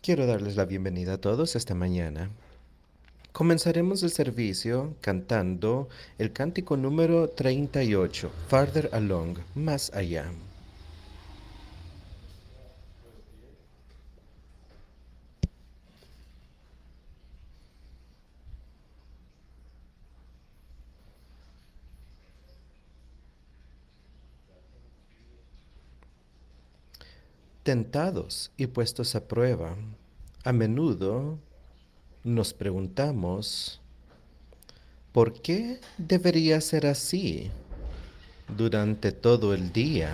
Quiero darles la bienvenida a todos esta mañana. Comenzaremos el servicio cantando el cántico número 38, Farther Along, más allá. Tentados y puestos a prueba, a menudo nos preguntamos, ¿por qué debería ser así durante todo el día?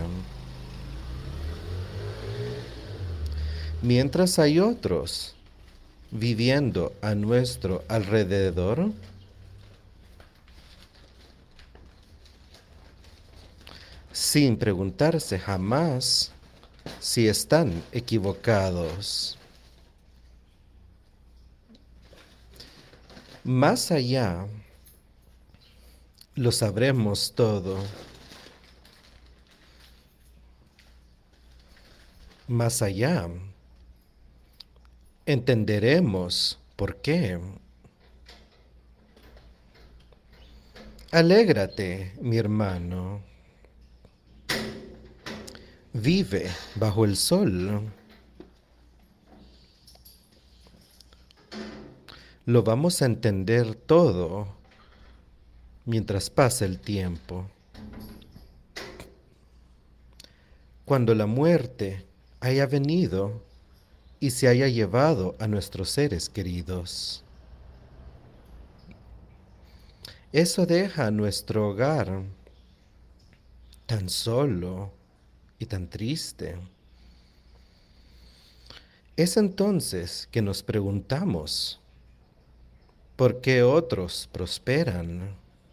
Mientras hay otros viviendo a nuestro alrededor, sin preguntarse jamás si están equivocados. Más allá lo sabremos todo. Más allá entenderemos por qué. Alégrate, mi hermano. Vive bajo el sol. Lo vamos a entender todo mientras pasa el tiempo. Cuando la muerte haya venido y se haya llevado a nuestros seres queridos. Eso deja nuestro hogar tan solo y tan triste. Es entonces que nos preguntamos, ¿por qué otros prosperan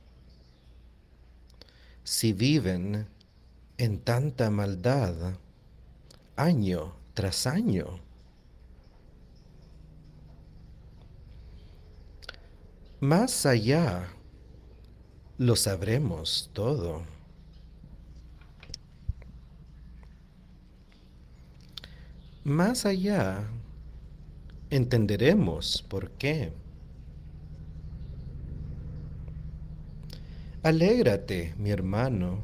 si viven en tanta maldad año tras año? Más allá lo sabremos todo. Más allá entenderemos por qué. Alégrate, mi hermano.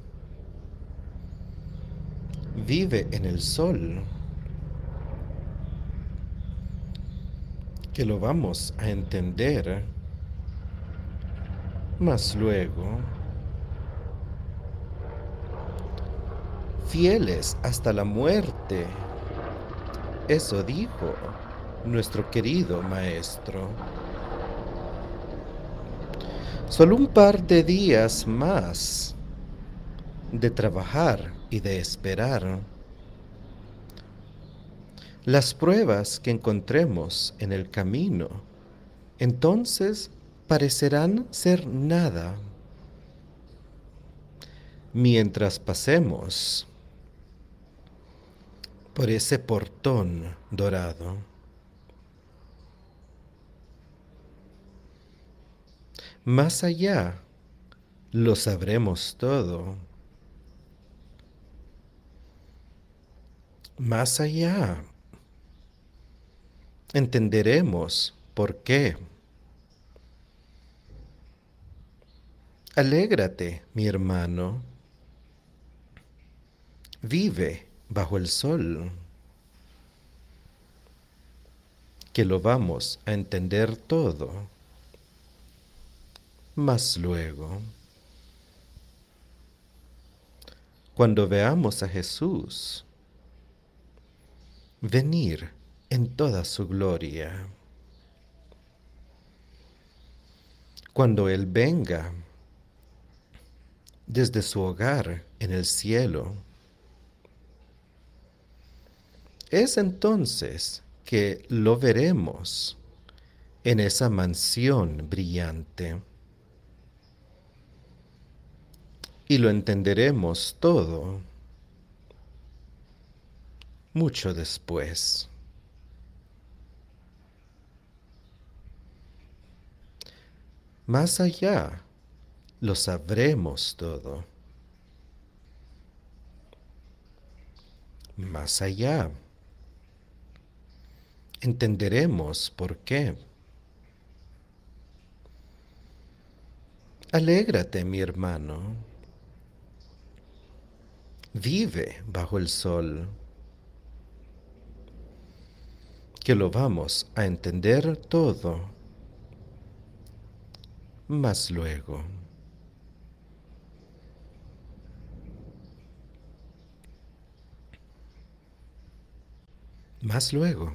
Vive en el sol, que lo vamos a entender más luego. Fieles hasta la muerte. Eso dijo nuestro querido maestro. Solo un par de días más de trabajar y de esperar. Las pruebas que encontremos en el camino, entonces parecerán ser nada. Mientras pasemos por ese portón dorado. Más allá lo sabremos todo. Más allá entenderemos por qué. Alégrate, mi hermano. Vive bajo el sol, que lo vamos a entender todo más luego. Cuando veamos a Jesús venir en toda su gloria. Cuando Él venga desde su hogar en el cielo, es entonces que lo veremos en esa mansión brillante y lo entenderemos todo mucho después. Más allá lo sabremos todo. Más allá entenderemos por qué. Alégrate, mi hermano. Vive bajo el sol, que lo vamos a entender todo más luego. Más luego.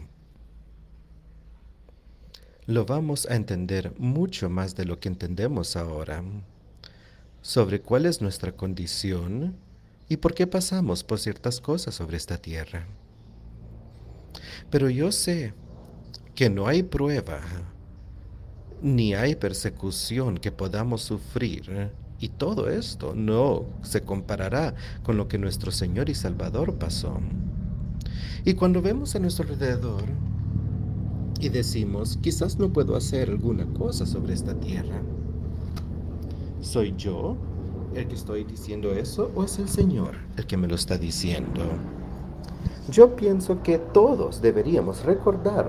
Lo vamos a entender mucho más de lo que entendemos ahora, sobre cuál es nuestra condición y por qué pasamos por ciertas cosas sobre esta tierra. Pero yo sé que no hay prueba ni hay persecución que podamos sufrir, y todo esto no se comparará con lo que nuestro Señor y Salvador pasó. Y cuando vemos a nuestro alrededor y decimos, quizás no puedo hacer alguna cosa sobre esta tierra, ¿soy yo el que estoy diciendo eso o es el Señor el que me lo está diciendo? Yo pienso que todos deberíamos recordar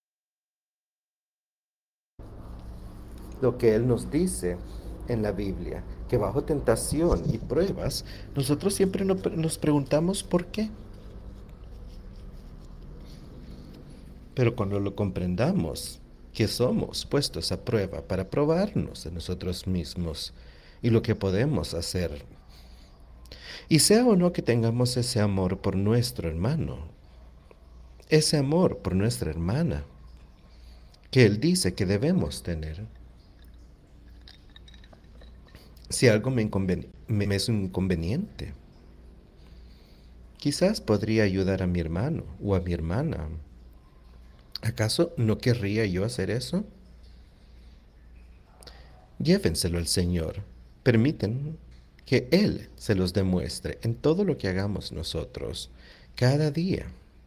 lo que Él nos dice en la Biblia, que bajo tentación y pruebas, nosotros siempre nos preguntamos por qué. Pero cuando lo comprendamos, que somos puestos a prueba para probarnos de nosotros mismos y lo que podemos hacer. Y sea o no que tengamos ese amor por nuestro hermano, ese amor por nuestra hermana, que Él dice que debemos tener. Si algo me es inconveniente, quizás podría ayudar a mi hermano o a mi hermana. ¿Acaso no querría yo hacer eso? Llévenselo al Señor. Permiten que Él se los demuestre en todo lo que hagamos nosotros, cada día.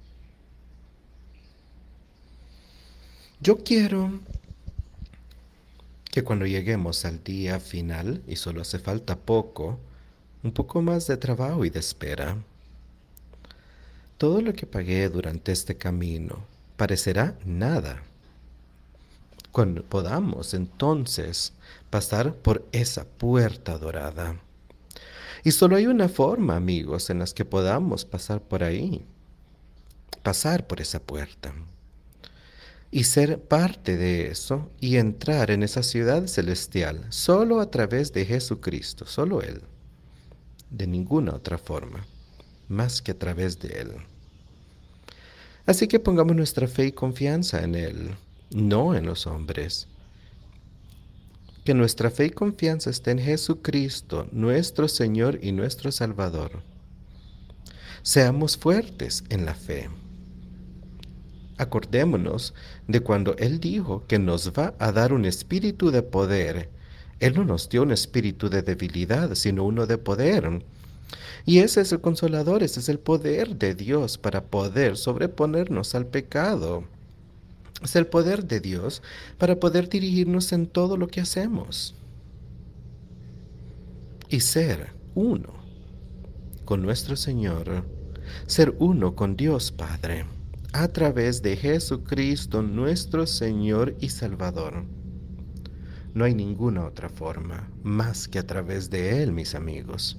Yo quiero que cuando lleguemos al día final, y solo hace falta poco, un poco más de trabajo y de espera, todo lo que pagué durante este camino parecerá nada. Cuando podamos entonces pasar por esa puerta dorada. Y solo hay una forma, amigos, en las que podamos pasar por ahí, pasar por esa puerta y ser parte de eso y entrar en esa ciudad celestial solo a través de Jesucristo, solo Él, de ninguna otra forma, más que a través de Él. Así que pongamos nuestra fe y confianza en Él, no en los hombres. Que nuestra fe y confianza esté en Jesucristo, nuestro Señor y nuestro Salvador. Seamos fuertes en la fe. Acordémonos de cuando Él dijo que nos va a dar un espíritu de poder. Él no nos dio un espíritu de debilidad, sino uno de poder. Y ese es el consolador, ese es el poder de Dios para poder sobreponernos al pecado. Es el poder de Dios para poder dirigirnos en todo lo que hacemos. Y ser uno con nuestro Señor, ser uno con Dios Padre, a través de Jesucristo nuestro Señor y Salvador. No hay ninguna otra forma más que a través de Él, mis amigos.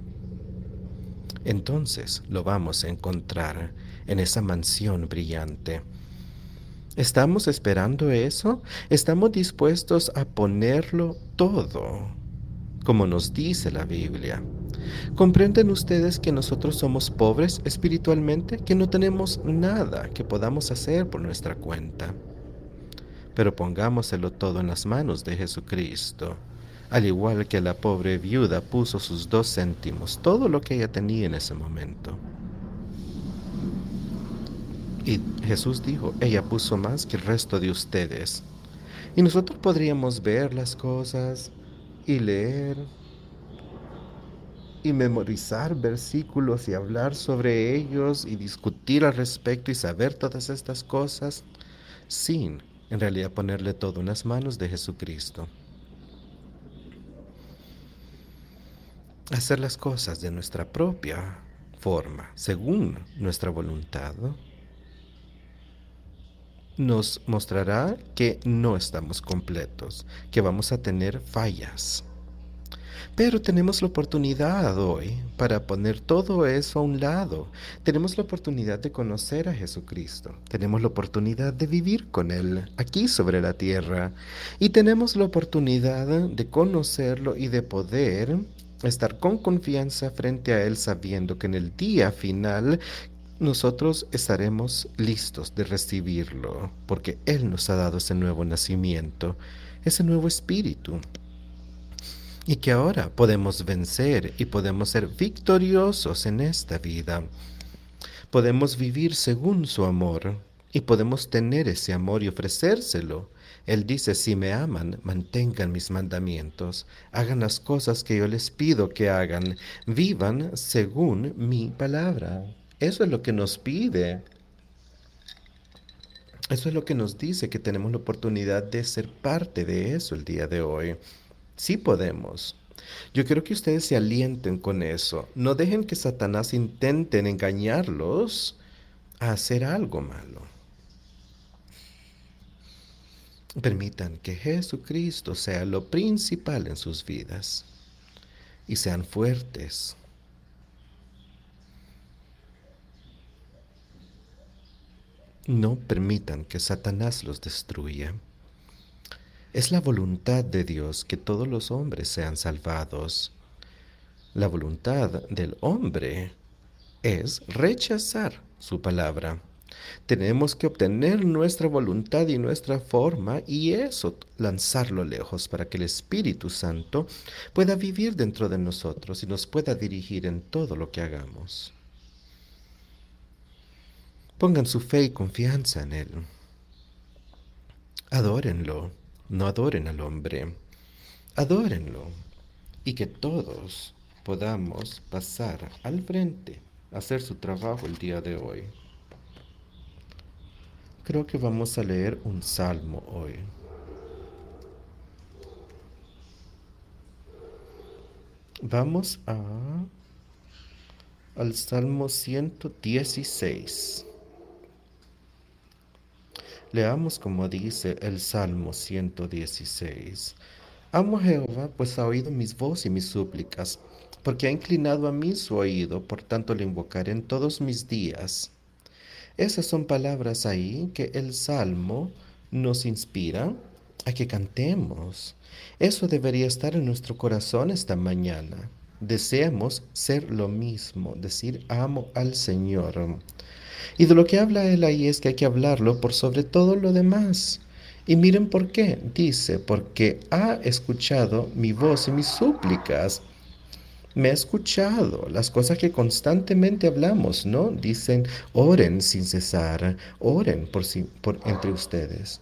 Entonces lo vamos a encontrar en esa mansión brillante. ¿Estamos esperando eso? ¿Estamos dispuestos a ponerlo todo, como nos dice la Biblia? ¿Comprenden ustedes que nosotros somos pobres espiritualmente? Que no tenemos nada que podamos hacer por nuestra cuenta. Pero pongámoselo todo en las manos de Jesucristo. Al igual que la pobre viuda puso sus 2 céntimos, todo lo que ella tenía en ese momento. Y Jesús dijo, ella puso más que el resto de ustedes. Y nosotros podríamos ver las cosas y leer y memorizar versículos y hablar sobre ellos y discutir al respecto y saber todas estas cosas sin en realidad ponerle todo en las manos de Jesucristo. Hacer las cosas de nuestra propia forma, según nuestra voluntad, ¿no? nos mostrará que no estamos completos, que vamos a tener fallas. Pero tenemos la oportunidad hoy para poner todo eso a un lado. Tenemos la oportunidad de conocer a Jesucristo. Tenemos la oportunidad de vivir con Él aquí sobre la tierra. Y tenemos la oportunidad de conocerlo y de poder estar con confianza frente a Él sabiendo que en el día final nosotros estaremos listos de recibirlo, porque Él nos ha dado ese nuevo nacimiento, ese nuevo espíritu. Y que ahora podemos vencer y podemos ser victoriosos en esta vida. Podemos vivir según su amor y podemos tener ese amor y ofrecérselo. Él dice, si me aman, mantengan mis mandamientos, hagan las cosas que yo les pido que hagan, vivan según mi palabra. Eso es lo que nos pide. Eso es lo que nos dice que tenemos la oportunidad de ser parte de eso el día de hoy. Sí podemos. Yo quiero que ustedes se alienten con eso. No dejen que Satanás intenten engañarlos a hacer algo malo. Permitan que Jesucristo sea lo principal en sus vidas y sean fuertes. No permitan que Satanás los destruya. Es la voluntad de Dios que todos los hombres sean salvados. La voluntad del hombre es rechazar su palabra. Tenemos que obtener nuestra voluntad y nuestra forma y eso lanzarlo lejos para que el Espíritu Santo pueda vivir dentro de nosotros y nos pueda dirigir en todo lo que hagamos. Pongan su fe y confianza en Él. Adórenlo, no adoren al hombre. Adórenlo y que todos podamos pasar al frente a hacer su trabajo el día de hoy. Creo que vamos a leer un salmo hoy. Vamos al Salmo 116. Leamos como dice el Salmo 116. Amo a Jehová, pues ha oído mis voces y mis súplicas, porque ha inclinado a mí su oído, por tanto le invocaré en todos mis días. Esas son palabras ahí que el Salmo nos inspira a que cantemos. Eso debería estar en nuestro corazón esta mañana. Deseamos ser lo mismo, decir amo al Señor. Y de lo que habla él ahí es que hay que hablarlo por sobre todo lo demás. Y miren por qué. Dice, porque ha escuchado mi voz y mis súplicas. Me ha escuchado las cosas que constantemente hablamos, ¿no? Dicen, oren sin cesar, oren por entre ustedes.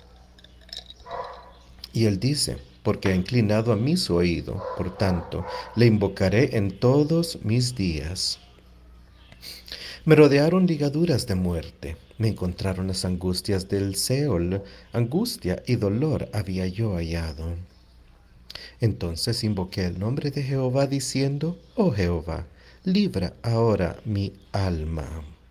Y él dice, porque ha inclinado a mí su oído, por tanto, le invocaré en todos mis días. Me rodearon ligaduras de muerte, me encontraron las angustias del Seol, angustia y dolor había yo hallado. Entonces invoqué el nombre de Jehová diciendo, oh Jehová, libra ahora mi alma.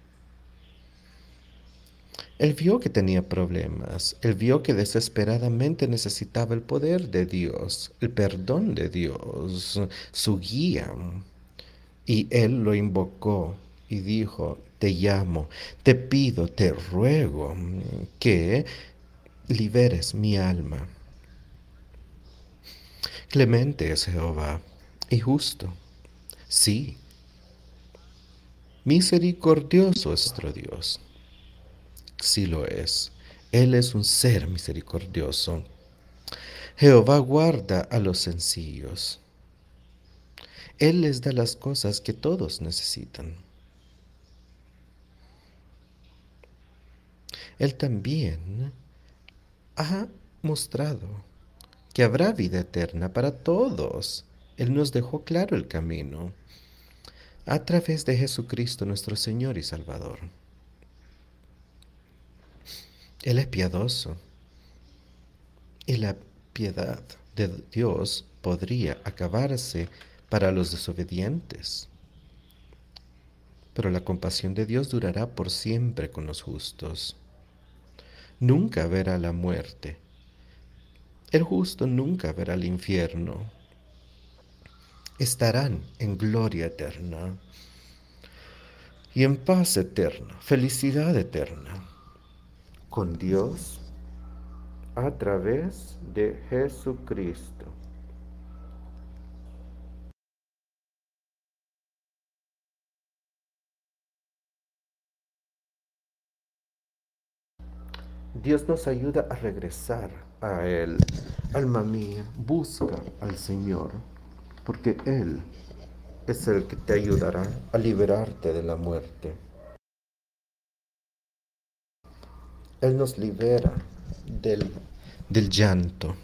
Él vio que tenía problemas, él vio que desesperadamente necesitaba el poder de Dios, el perdón de Dios, su guía. Y él lo invocó y dijo, te llamo, te pido, te ruego que liberes mi alma. Clemente es Jehová y justo. Sí, misericordioso es nuestro Dios. Sí lo es. Él es un ser misericordioso. Jehová guarda a los sencillos. Él les da las cosas que todos necesitan. Él también ha mostrado que habrá vida eterna para todos. Él nos dejó claro el camino a través de Jesucristo nuestro Señor y Salvador. Él es piadoso y la piedad de Dios podría acabarse para los desobedientes, pero la compasión de Dios durará por siempre con los justos. nunca verá la muerte. El justo nunca verá el infierno. Estarán en gloria eterna y en paz eterna, felicidad eterna, con Dios a través de Jesucristo. Dios nos ayuda a regresar a Él. Alma mía, busca al Señor, porque Él es el que te ayudará a liberarte de la muerte. Él nos libera del llanto.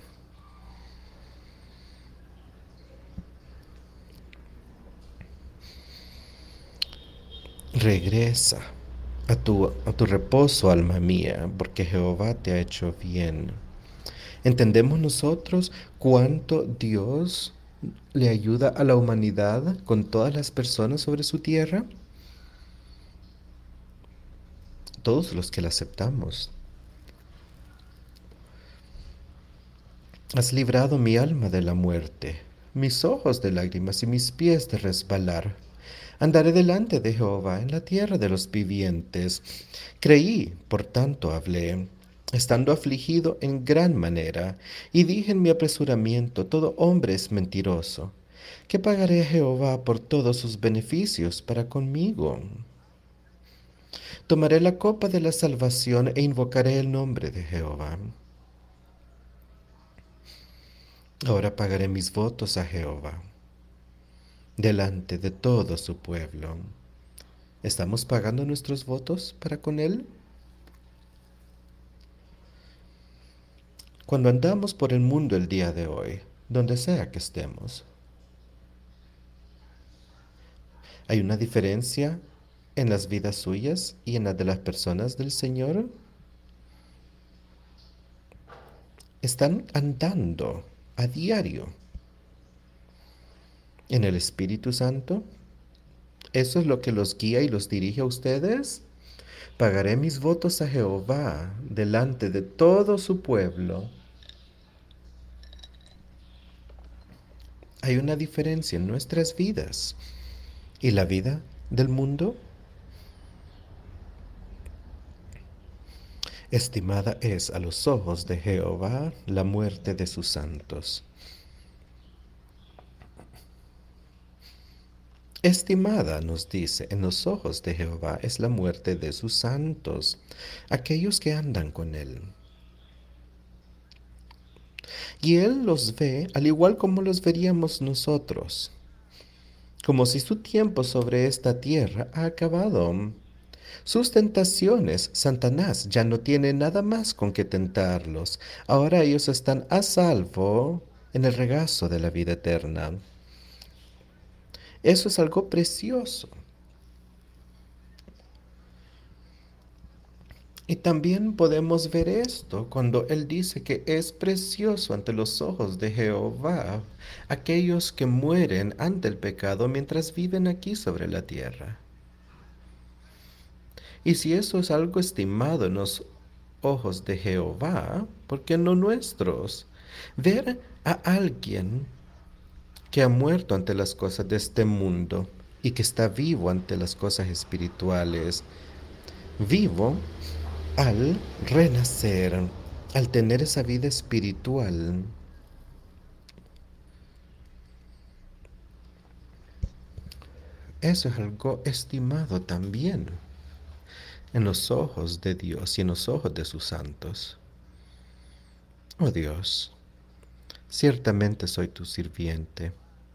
Regresa a tu reposo, alma mía, porque Jehová te ha hecho bien. ¿Entendemos nosotros cuánto Dios le ayuda a la humanidad con todas las personas sobre su tierra? Todos los que la aceptamos. Has librado mi alma de la muerte, mis ojos de lágrimas y mis pies de resbalar. Andaré delante de Jehová en la tierra de los vivientes. Creí, por tanto hablé, estando afligido en gran manera, y dije en mi apresuramiento, todo hombre es mentiroso. ¿Qué pagaré a Jehová por todos sus beneficios para conmigo? Tomaré la copa de la salvación e invocaré el nombre de Jehová. Ahora pagaré mis votos a Jehová delante de todo su pueblo. ¿Estamos pagando nuestros votos para con Él? Cuando andamos por el mundo el día de hoy, donde sea que estemos, ¿hay una diferencia en las vidas suyas y en las de las personas del Señor? ¿Están andando a diario en el Espíritu Santo? ¿Eso es lo que los guía y los dirige a ustedes? Pagaré mis votos a Jehová delante de todo su pueblo. Hay una diferencia en nuestras vidas y la vida del mundo. Estimada es a los ojos de Jehová la muerte de sus santos. Estimada, nos dice, en los ojos de Jehová es la muerte de sus santos, aquellos que andan con Él. Y Él los ve al igual como los veríamos nosotros, como si su tiempo sobre esta tierra ha acabado. Sus tentaciones, Satanás ya no tiene nada más con que tentarlos. Ahora ellos están a salvo en el regazo de la vida eterna. Eso es algo precioso. Y también podemos ver esto cuando Él dice que es precioso ante los ojos de Jehová aquellos que mueren ante el pecado mientras viven aquí sobre la tierra. Y si eso es algo estimado en los ojos de Jehová, ¿por qué no nuestros? Ver a alguien que ha muerto ante las cosas de este mundo y que está vivo ante las cosas espirituales, vivo al renacer, al tener esa vida espiritual. Eso es algo estimado también en los ojos de Dios y en los ojos de sus santos. Oh Dios, ciertamente soy tu sirviente.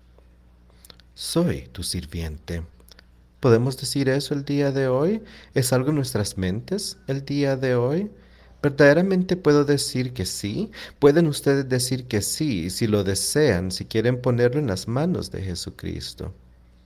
Soy tu sirviente. ¿Podemos decir eso el día de hoy? ¿Es algo en nuestras mentes el día de hoy? ¿Verdaderamente puedo decir que sí? ¿Pueden ustedes decir que sí si lo desean, si quieren ponerlo en las manos de Jesucristo?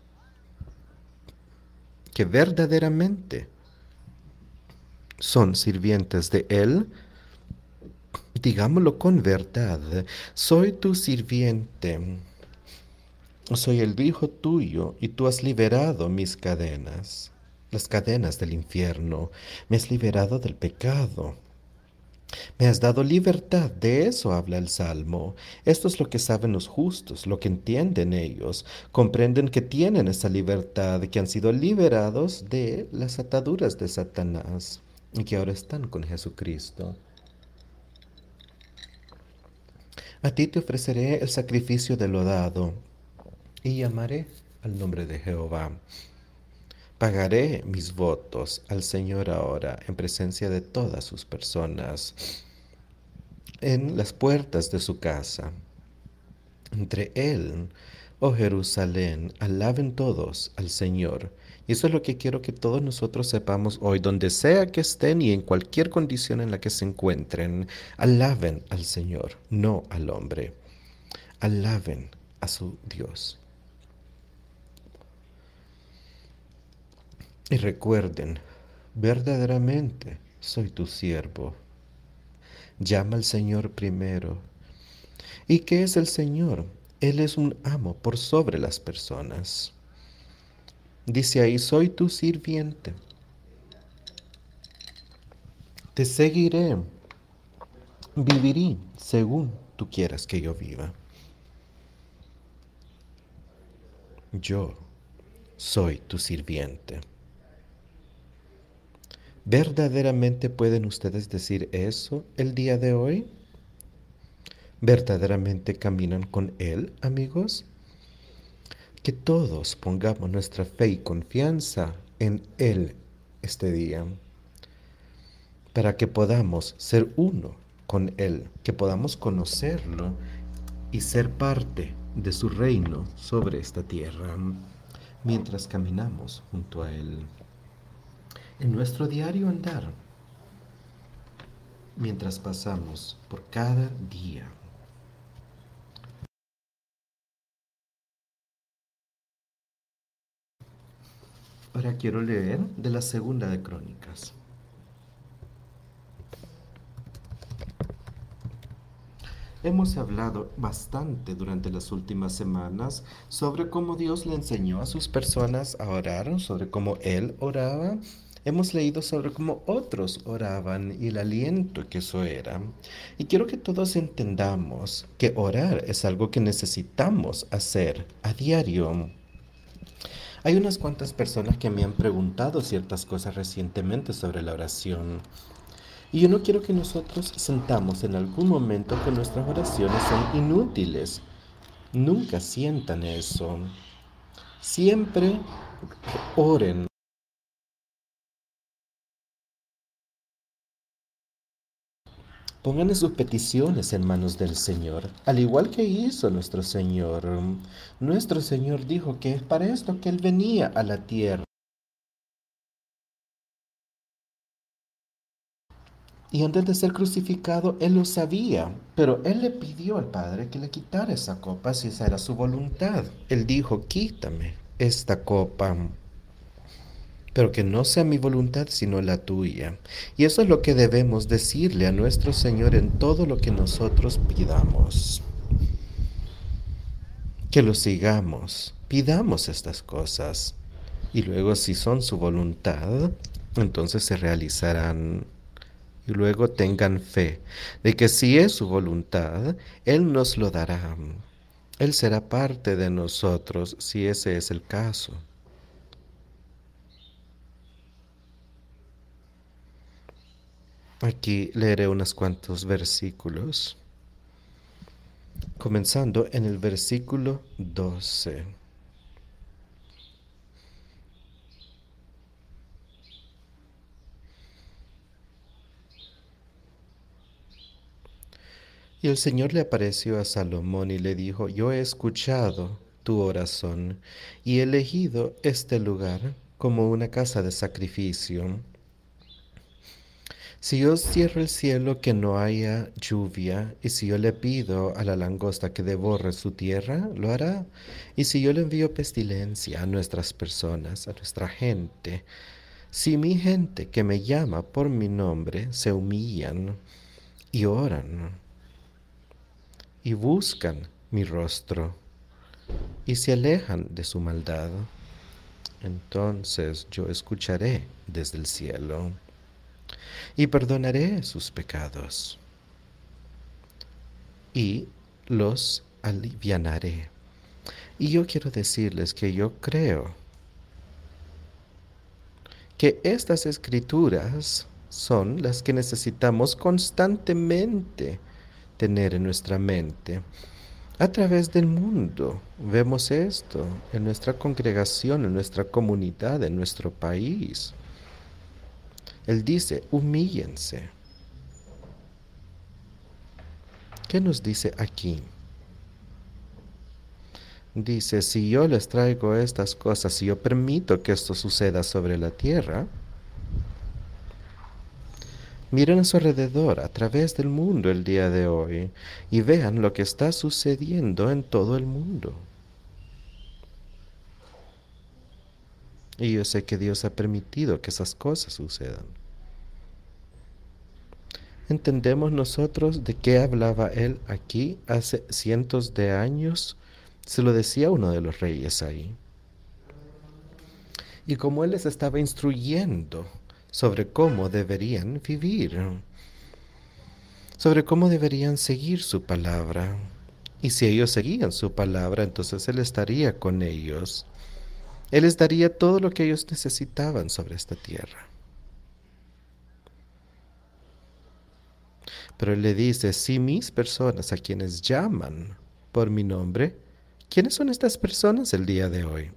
Que verdaderamente son sirvientes de Él. Digámoslo con verdad. Soy tu sirviente. Soy el hijo tuyo y tú has liberado mis cadenas, las cadenas del infierno. Me has liberado del pecado. Me has dado libertad, de eso habla el Salmo. Esto es lo que saben los justos, lo que entienden ellos. Comprenden que tienen esa libertad, que han sido liberados de las ataduras de Satanás y que ahora están con Jesucristo. A ti te ofreceré el sacrificio de lo dado y llamaré al nombre de Jehová. Pagaré mis votos al Señor ahora en presencia de todas sus personas, en las puertas de su casa. Entre él, oh Jerusalén, alaben todos al Señor. Y eso es lo que quiero que todos nosotros sepamos hoy, donde sea que estén y en cualquier condición en la que se encuentren, alaben al Señor, no al hombre. Alaben a su Dios. Y recuerden, verdaderamente soy tu siervo. Llama al Señor primero. ¿Y qué es el Señor? Él es un amo por sobre las personas. Dice ahí, soy tu sirviente. Te seguiré, viviré según tú quieras que yo viva. Yo soy tu sirviente. ¿Verdaderamente pueden ustedes decir eso el día de hoy? ¿Verdaderamente caminan con Él, amigos? Que todos pongamos nuestra fe y confianza en Él este día, para que podamos ser uno con Él, que podamos conocerlo y ser parte de su reino sobre esta tierra, mientras caminamos junto a Él. En nuestro diario andar, mientras pasamos por cada día. Ahora quiero leer de la segunda de Crónicas. Hemos hablado bastante durante las últimas semanas sobre cómo Dios le enseñó a sus personas a orar, sobre cómo Él oraba. Hemos leído sobre cómo otros oraban y el aliento que eso era. Y quiero que todos entendamos que orar es algo que necesitamos hacer a diario. Hay unas cuantas personas que me han preguntado ciertas cosas recientemente sobre la oración. Y yo no quiero que nosotros sentamos en algún momento que nuestras oraciones son inútiles. Nunca sientan eso. Siempre oren. Pongan sus peticiones en manos del Señor, al igual que hizo nuestro Señor. Nuestro Señor dijo que es para esto que Él venía a la tierra. Y antes de ser crucificado, Él lo sabía, pero Él le pidió al Padre que le quitara esa copa si esa era su voluntad. Él dijo, quítame esta copa, pero que no sea mi voluntad sino la tuya. Y eso es lo que debemos decirle a nuestro Señor en todo lo que nosotros pidamos. Que lo sigamos, pidamos estas cosas. Y luego si son su voluntad, entonces se realizarán. Y luego tengan fe de que si es su voluntad, Él nos lo dará. Él será parte de nosotros si ese es el caso. Aquí leeré unos cuantos versículos, comenzando en el versículo 12. Y el Señor le apareció a Salomón y le dijo, yo he escuchado tu oración y he elegido este lugar como una casa de sacrificio. Si yo cierro el cielo que no haya lluvia, y si yo le pido a la langosta que devore su tierra, lo hará. Y si yo le envío pestilencia a nuestras personas, a nuestra gente, si mi gente que me llama por mi nombre se humillan y oran y buscan mi rostro y se alejan de su maldad, entonces yo escucharé desde el cielo y perdonaré sus pecados y los alivianaré. Y yo quiero decirles que yo creo que estas escrituras son las que necesitamos constantemente tener en nuestra mente. A través del mundo vemos esto en nuestra congregación, en nuestra comunidad, en nuestro país. Él dice, humíllense. ¿Qué nos dice aquí? Dice, si yo les traigo estas cosas, si yo permito que esto suceda sobre la tierra, miren a su alrededor, a través del mundo el día de hoy, y vean lo que está sucediendo en todo el mundo. Y yo sé que Dios ha permitido que esas cosas sucedan. ¿Entendemos nosotros de qué hablaba él aquí hace cientos de años? Se lo decía uno de los reyes ahí. Y como él les estaba instruyendo sobre cómo deberían vivir, sobre cómo deberían seguir su palabra. Y si ellos seguían su palabra, entonces él estaría con ellos. Él les daría todo lo que ellos necesitaban sobre esta tierra. Pero él le dice, si mis personas a quienes llaman por mi nombre, ¿quiénes son estas personas el día de hoy?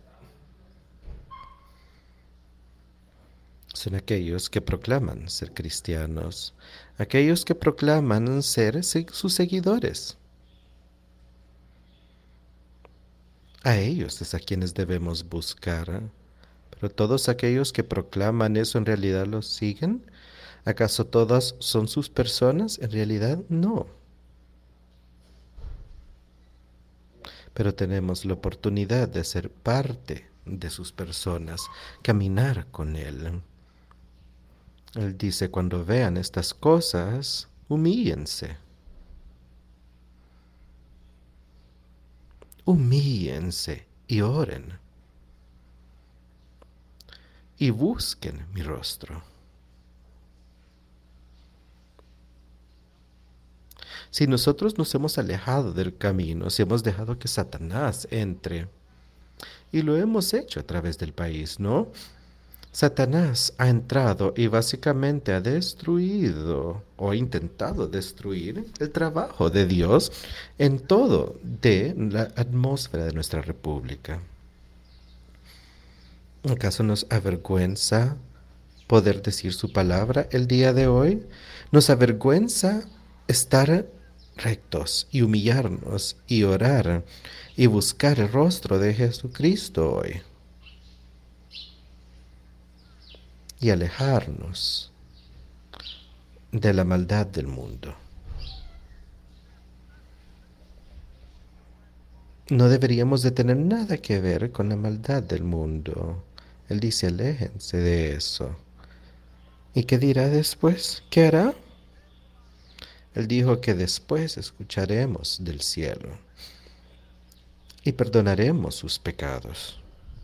Son aquellos que proclaman ser cristianos, aquellos que proclaman ser sus seguidores. A ellos es a quienes debemos buscar. Pero todos aquellos que proclaman eso en realidad los siguen. ¿Acaso todas son sus personas? En realidad no. Pero tenemos la oportunidad de ser parte de sus personas, caminar con Él. Él dice, cuando vean estas cosas, humíllense. Humíllense y oren. Y busquen mi rostro. Si nosotros nos hemos alejado del camino, si hemos dejado que Satanás entre, y lo hemos hecho a través del país, ¿no? Satanás ha entrado y básicamente ha destruido o ha intentado destruir el trabajo de Dios en todo de la atmósfera de nuestra república. ¿Acaso nos avergüenza poder decir su palabra el día de hoy? ¿Nos avergüenza estar rectos y humillarnos y orar y buscar el rostro de Jesucristo hoy? Y alejarnos de la maldad del mundo. No deberíamos de tener nada que ver con la maldad del mundo. Él dice, aléjense de eso. ¿Y qué dirá después? ¿Qué hará? Él dijo que después escucharemos del cielo y perdonaremos sus pecados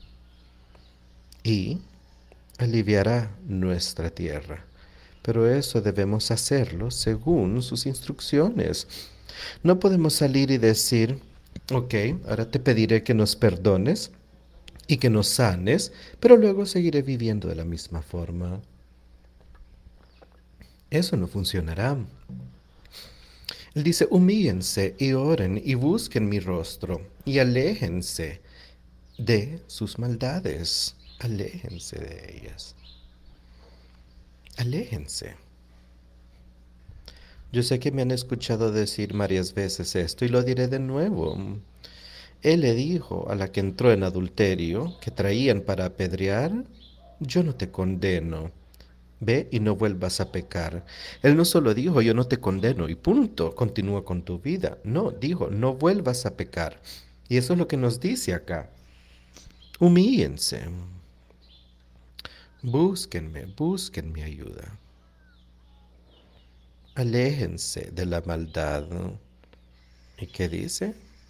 y aliviará nuestra tierra. Pero eso debemos hacerlo según sus instrucciones. No podemos salir y decir, ok, ahora te pediré que nos perdones y que nos sanes, pero luego seguiré viviendo de la misma forma. Eso no funcionará. Él dice, humíllense y oren y busquen mi rostro y aléjense de sus maldades. Aléjense de ellas. Aléjense. Yo sé que me han escuchado decir varias veces esto y lo diré de nuevo. Él le dijo a la que entró en adulterio, que traían para apedrear, yo no te condeno. Ve y no vuelvas a pecar. Él no solo dijo, yo no te condeno y punto, continúa con tu vida. No, dijo, no vuelvas a pecar. Y eso es lo que nos dice acá. Humíllense. Búsquenme, busquen mi ayuda. Aléjense de la maldad. ¿Y qué dice?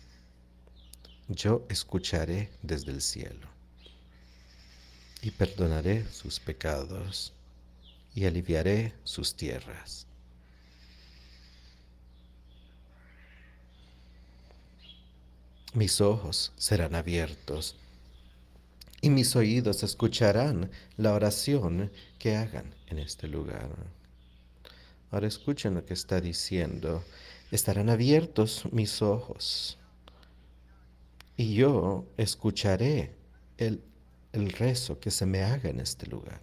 Yo escucharé desde el cielo y perdonaré sus pecados y aliviaré sus tierras. mis ojos serán abiertos y mis oídos escucharán la oración que hagan en este lugar. Ahora escuchen lo que está diciendo. Estarán abiertos mis ojos y yo escucharé el, el rezo que se me haga en este lugar.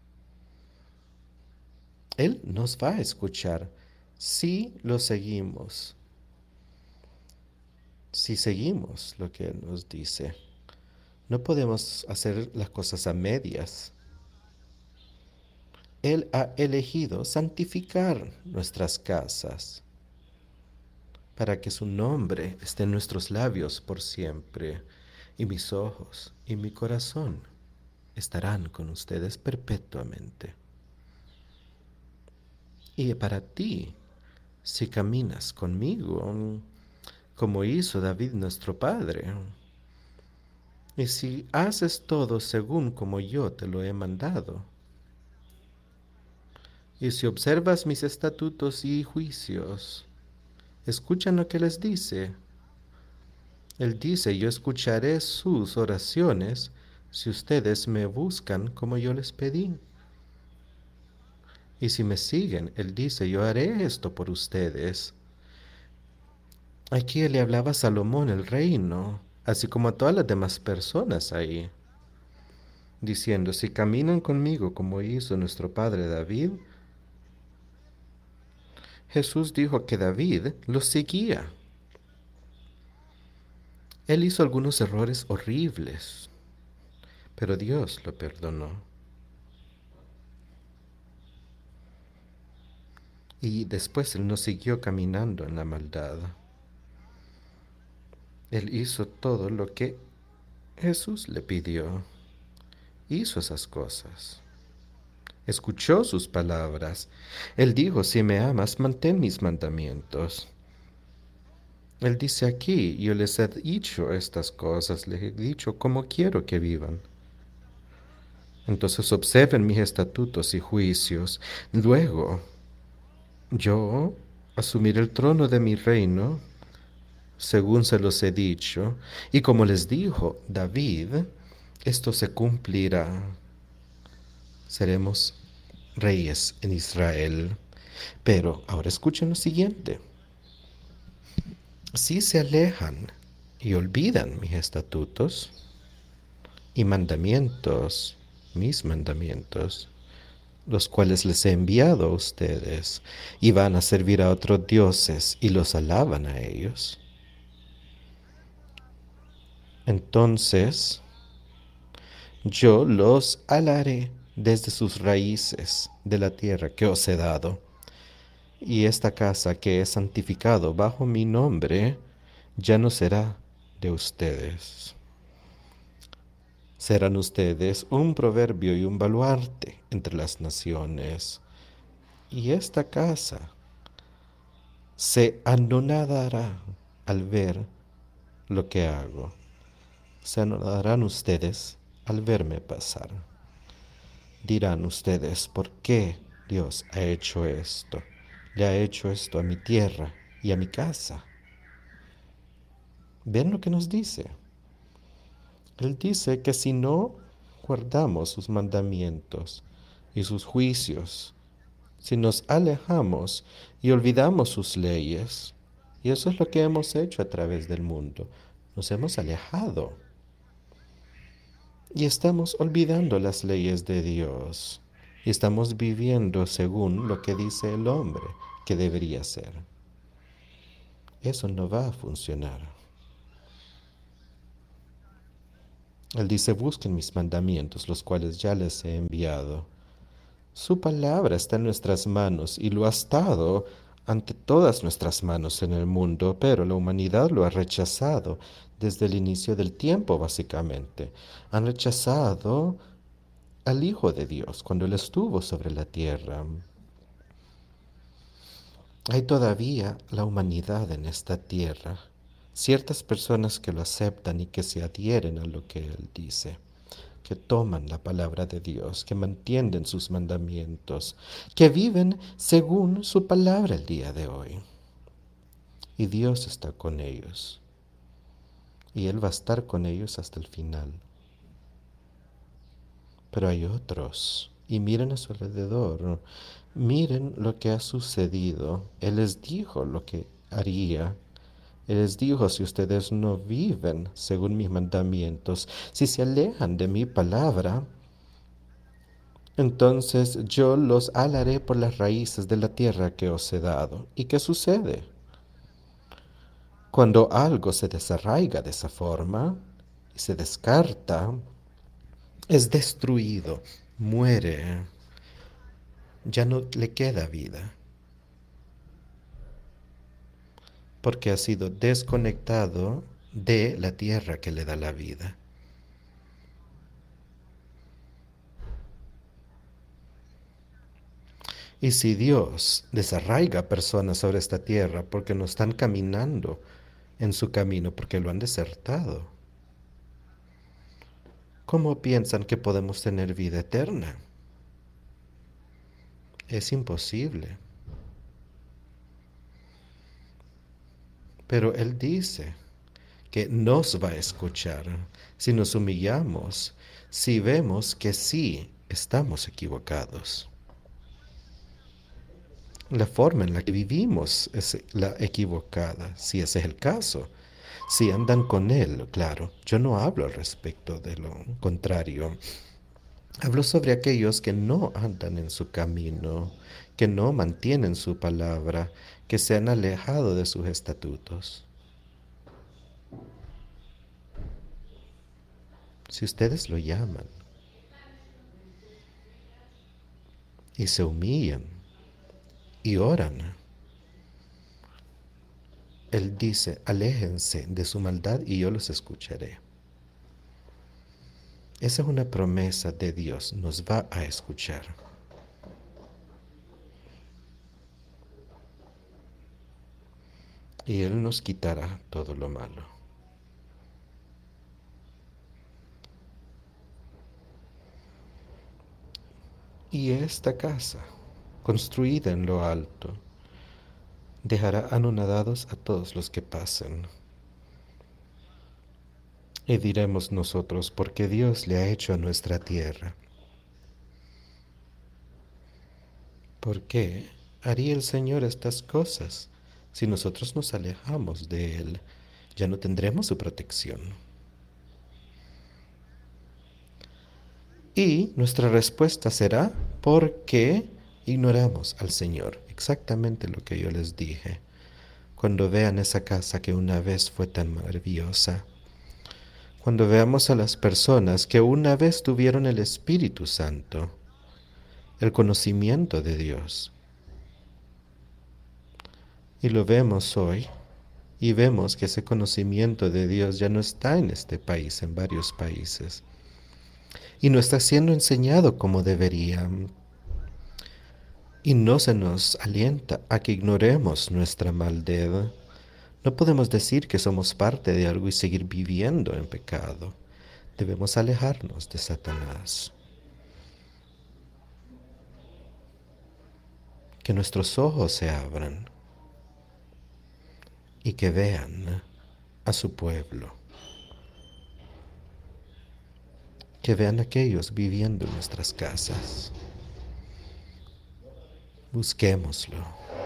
Él nos va a escuchar si lo seguimos, si seguimos lo que Él nos dice. No podemos hacer las cosas a medias. Él ha elegido santificar nuestras casas para que su nombre esté en nuestros labios por siempre, y mis ojos y mi corazón estarán con ustedes perpetuamente. Y para ti, si caminas conmigo, como hizo David nuestro padre, y si haces todo según como yo te lo he mandado, y si observas mis estatutos y juicios, escuchan lo que les dice. Él dice, yo escucharé sus oraciones si ustedes me buscan como yo les pedí. Y si me siguen, Él dice, yo haré esto por ustedes. Aquí Él le hablaba a Salomón, el reino, así como a todas las demás personas ahí, diciendo, si caminan conmigo como hizo nuestro padre David, Jesús dijo que David los seguía. Él hizo algunos errores horribles, pero Dios lo perdonó. Y después Él no siguió caminando en la maldad. Él hizo todo lo que Jesús le pidió. Hizo esas cosas. Escuchó sus palabras. Él dijo, si me amas, mantén mis mandamientos. Él dice aquí, yo les he dicho estas cosas, les he dicho cómo quiero que vivan. Entonces observen mis estatutos y juicios. Luego, yo asumiré el trono de mi reino, según se los he dicho, y como les dijo David, esto se cumplirá. Seremos reyes en Israel. Pero ahora escuchen lo siguiente. Si se alejan y olvidan mis estatutos y mandamientos, mis mandamientos, los cuales les he enviado a ustedes, y van a servir a otros dioses y los alaban a ellos, entonces yo los alaré desde sus raíces de la tierra que os he dado, y esta casa que he santificado bajo mi nombre ya no será de ustedes. Serán ustedes un proverbio y un baluarte entre las naciones. Y esta casa se anonadará al ver lo que hago. Se anonadarán ustedes al verme pasar. Dirán ustedes, ¿por qué Dios ha hecho esto? Le ha hecho esto a mi tierra y a mi casa. ¿Ven lo que nos dice? Él dice que si no guardamos sus mandamientos y sus juicios, si nos alejamos y olvidamos sus leyes, y eso es lo que hemos hecho a través del mundo, nos hemos alejado y estamos olvidando las leyes de Dios y estamos viviendo según lo que dice el hombre que debería ser. Eso no va a funcionar. Él dice, busquen mis mandamientos, los cuales ya les he enviado. Su palabra está en nuestras manos y lo ha estado ante todas nuestras manos en el mundo, pero la humanidad lo ha rechazado desde el inicio del tiempo, básicamente. Han rechazado al Hijo de Dios cuando Él estuvo sobre la tierra. Hay todavía la humanidad en esta tierra, ciertas personas que lo aceptan y que se adhieren a lo que Él dice, que toman la palabra de Dios, que mantienen sus mandamientos, que viven según su palabra el día de hoy. Y Dios está con ellos. y Él va a estar con ellos hasta el final. Pero hay otros, y miren a su alrededor, miren lo que ha sucedido. Él les dijo lo que haría. Él les dijo, si ustedes no viven según mis mandamientos, si se alejan de mi palabra, entonces yo los alaré por las raíces de la tierra que os he dado. ¿Y qué sucede? Cuando algo se desarraiga de esa forma y se descarta, es destruido, muere, ya no le queda vida, porque ha sido desconectado de la tierra que le da la vida. Y si Dios desarraiga personas sobre esta tierra porque no están caminando en su camino, porque lo han desertado, ¿cómo piensan que podemos tener vida eterna? Es imposible. Pero Él dice que nos va a escuchar si nos humillamos, si vemos que sí estamos equivocados. La forma en la que vivimos es la equivocada, si ese es el caso. Si andan con Él, claro, yo no hablo al respecto de lo contrario. Hablo sobre aquellos que no andan en su camino, que no mantienen su palabra, que se han alejado de sus estatutos. Si ustedes lo llaman y se humillan y oran, Él dice, aléjense de su maldad y yo los escucharé. Esa es una promesa de Dios, nos va a escuchar. Y Él nos quitará todo lo malo. Y esta casa, construida en lo alto, dejará anonadados a todos los que pasen. Y diremos nosotros, porque Dios le ha hecho a nuestra tierra. ¿Por qué haría el Señor estas cosas? Si nosotros nos alejamos de Él, ya no tendremos su protección. Y nuestra respuesta será, porque ignoramos al Señor. Exactamente lo que yo les dije. Cuando vean esa casa que una vez fue tan maravillosa, cuando veamos a las personas que una vez tuvieron el Espíritu Santo, el conocimiento de Dios, y lo vemos hoy, y vemos que ese conocimiento de Dios ya no está en este país, en varios países, y no está siendo enseñado como debería, y no se nos alienta a que ignoremos nuestra maldad. No podemos decir que somos parte de algo y seguir viviendo en pecado. Debemos alejarnos de Satanás. Que nuestros ojos se abran y que vean a su pueblo. Que vean a aquellos viviendo en nuestras casas. Busquémoslo.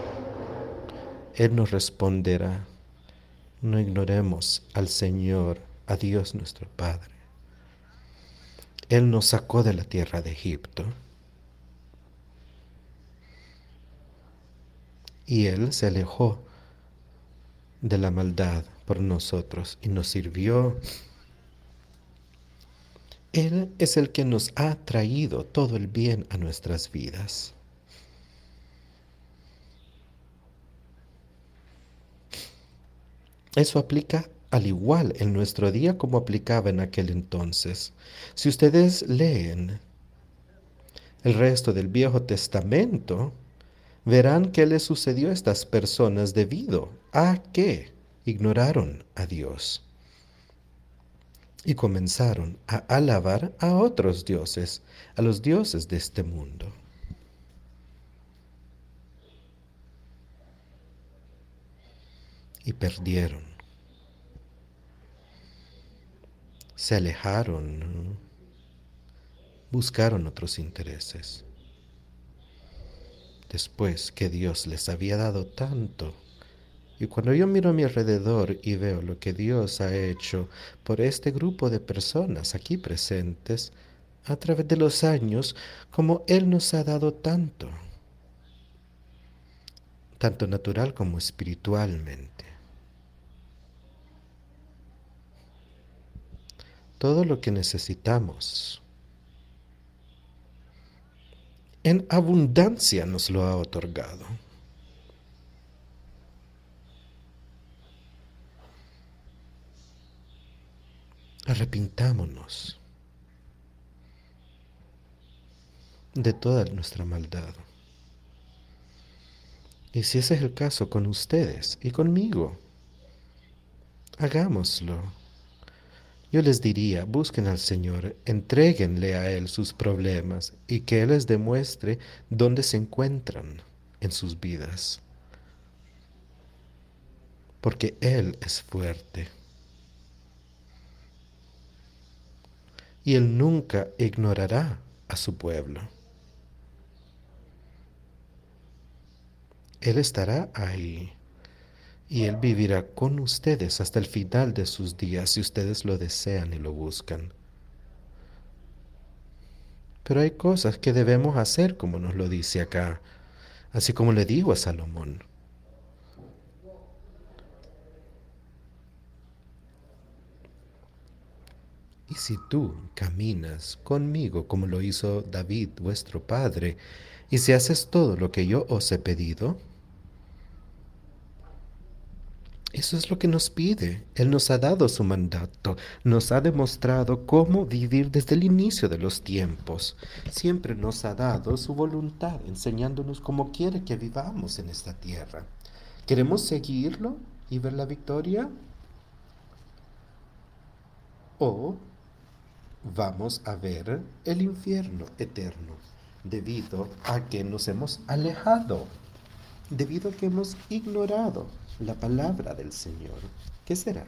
Él nos responderá. No ignoremos al Señor, a Dios nuestro Padre. Él nos sacó de la tierra de Egipto. Y Él se alejó de la maldad por nosotros y nos sirvió. Él es el que nos ha traído todo el bien a nuestras vidas. Eso aplica al igual en nuestro día como aplicaba en aquel entonces. Si ustedes leen el resto del Viejo Testamento, verán qué le sucedió a estas personas debido a que ignoraron a Dios y comenzaron a alabar a otros dioses, a los dioses de este mundo. Y perdieron. se alejaron, buscaron otros intereses. Después que Dios les había dado tanto. Y cuando yo miro a mi alrededor y veo lo que Dios ha hecho por este grupo de personas aquí presentes, a través de los años, como Él nos ha dado tanto, tanto natural como espiritualmente. Todo lo que necesitamos, en abundancia nos lo ha otorgado. Arrepintámonos de toda nuestra maldad. Y si ese es el caso con ustedes y conmigo, hagámoslo. Yo les diría, busquen al Señor, entréguenle a Él sus problemas y que Él les demuestre dónde se encuentran en sus vidas. Porque Él es fuerte. Y Él nunca ignorará a su pueblo. Él estará ahí. Y Él vivirá con ustedes hasta el final de sus días si ustedes lo desean y lo buscan. Pero hay cosas que debemos hacer como nos lo dice acá, así como le digo a Salomón. Y si tú caminas conmigo como lo hizo David, vuestro padre, y si haces todo lo que yo os he pedido, eso es lo que nos pide. Él nos ha dado su mandato, nos ha demostrado cómo vivir desde el inicio de los tiempos. Siempre nos ha dado su voluntad, enseñándonos cómo quiere que vivamos en esta tierra. ¿Queremos seguirlo y ver la victoria? ¿O vamos a ver el infierno eterno, debido a que nos hemos alejado, debido a que hemos ignorado la palabra del Señor? ¿Qué será?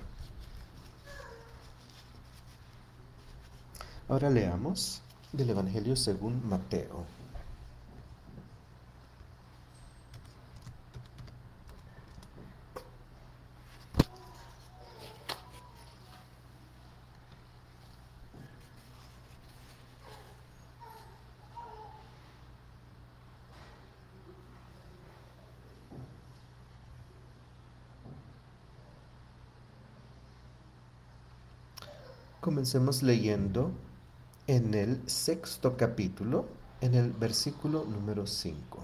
Ahora leamos del Evangelio según Mateo. Comencemos leyendo en el sexto capítulo, en el versículo número 5.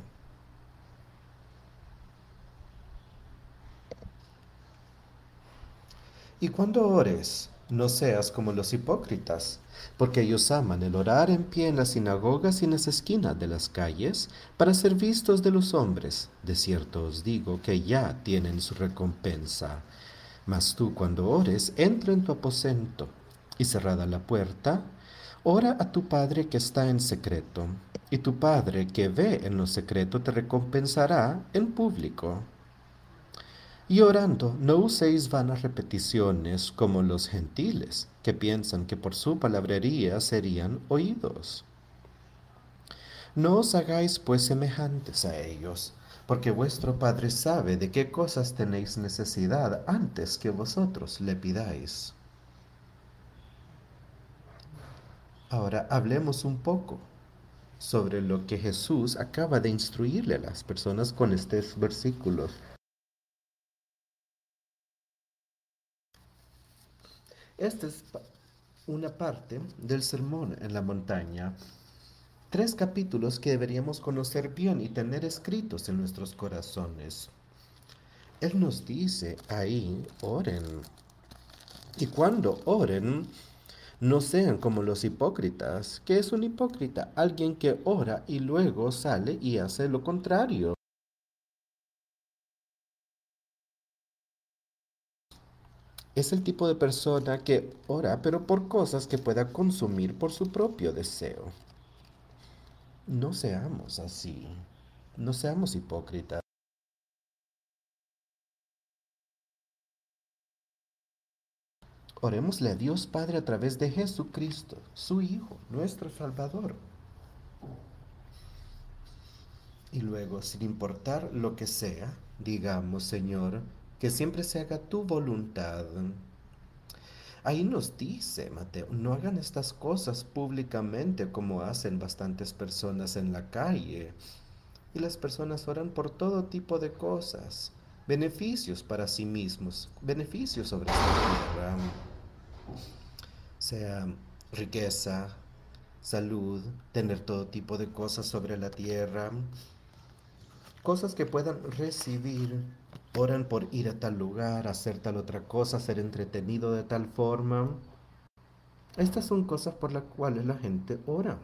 Y cuando ores, no seas como los hipócritas, porque ellos aman el orar en pie en las sinagogas y en las esquinas de las calles, para ser vistos de los hombres. De cierto os digo que ya tienen su recompensa. Mas tú cuando ores, entra en tu aposento, y cerrada la puerta, ora a tu Padre que está en secreto, y tu Padre que ve en lo secreto te recompensará en público. Y orando, no uséis vanas repeticiones como los gentiles, que piensan que por su palabrería serían oídos. No os hagáis pues semejantes a ellos, porque vuestro Padre sabe de qué cosas tenéis necesidad antes que vosotros le pidáis. Ahora hablemos un poco sobre lo que Jesús acaba de instruirle a las personas con estos versículos. Esta es una parte del sermón en la montaña. Tres capítulos que deberíamos conocer bien y tener escritos en nuestros corazones. Él nos dice ahí, oren. Y cuando oren, no sean como los hipócritas. ¿Qué es un hipócrita? Alguien que ora y luego sale y hace lo contrario. Es el tipo de persona que ora, pero por cosas que pueda consumir por su propio deseo. No seamos así. No seamos hipócritas. Orémosle a Dios Padre a través de Jesucristo, su Hijo, nuestro Salvador. Y luego, sin importar lo que sea, digamos, Señor, que siempre se haga tu voluntad. Ahí nos dice, Mateo, no hagan estas cosas públicamente como hacen bastantes personas en la calle. Y las personas oran por todo tipo de cosas, beneficios para sí mismos, beneficios sobre esta tierra, sea riqueza, salud, tener todo tipo de cosas sobre la tierra, cosas que puedan recibir. Oran por ir a tal lugar, hacer tal otra cosa, ser entretenido de tal forma. Estas son cosas por las cuales la gente ora.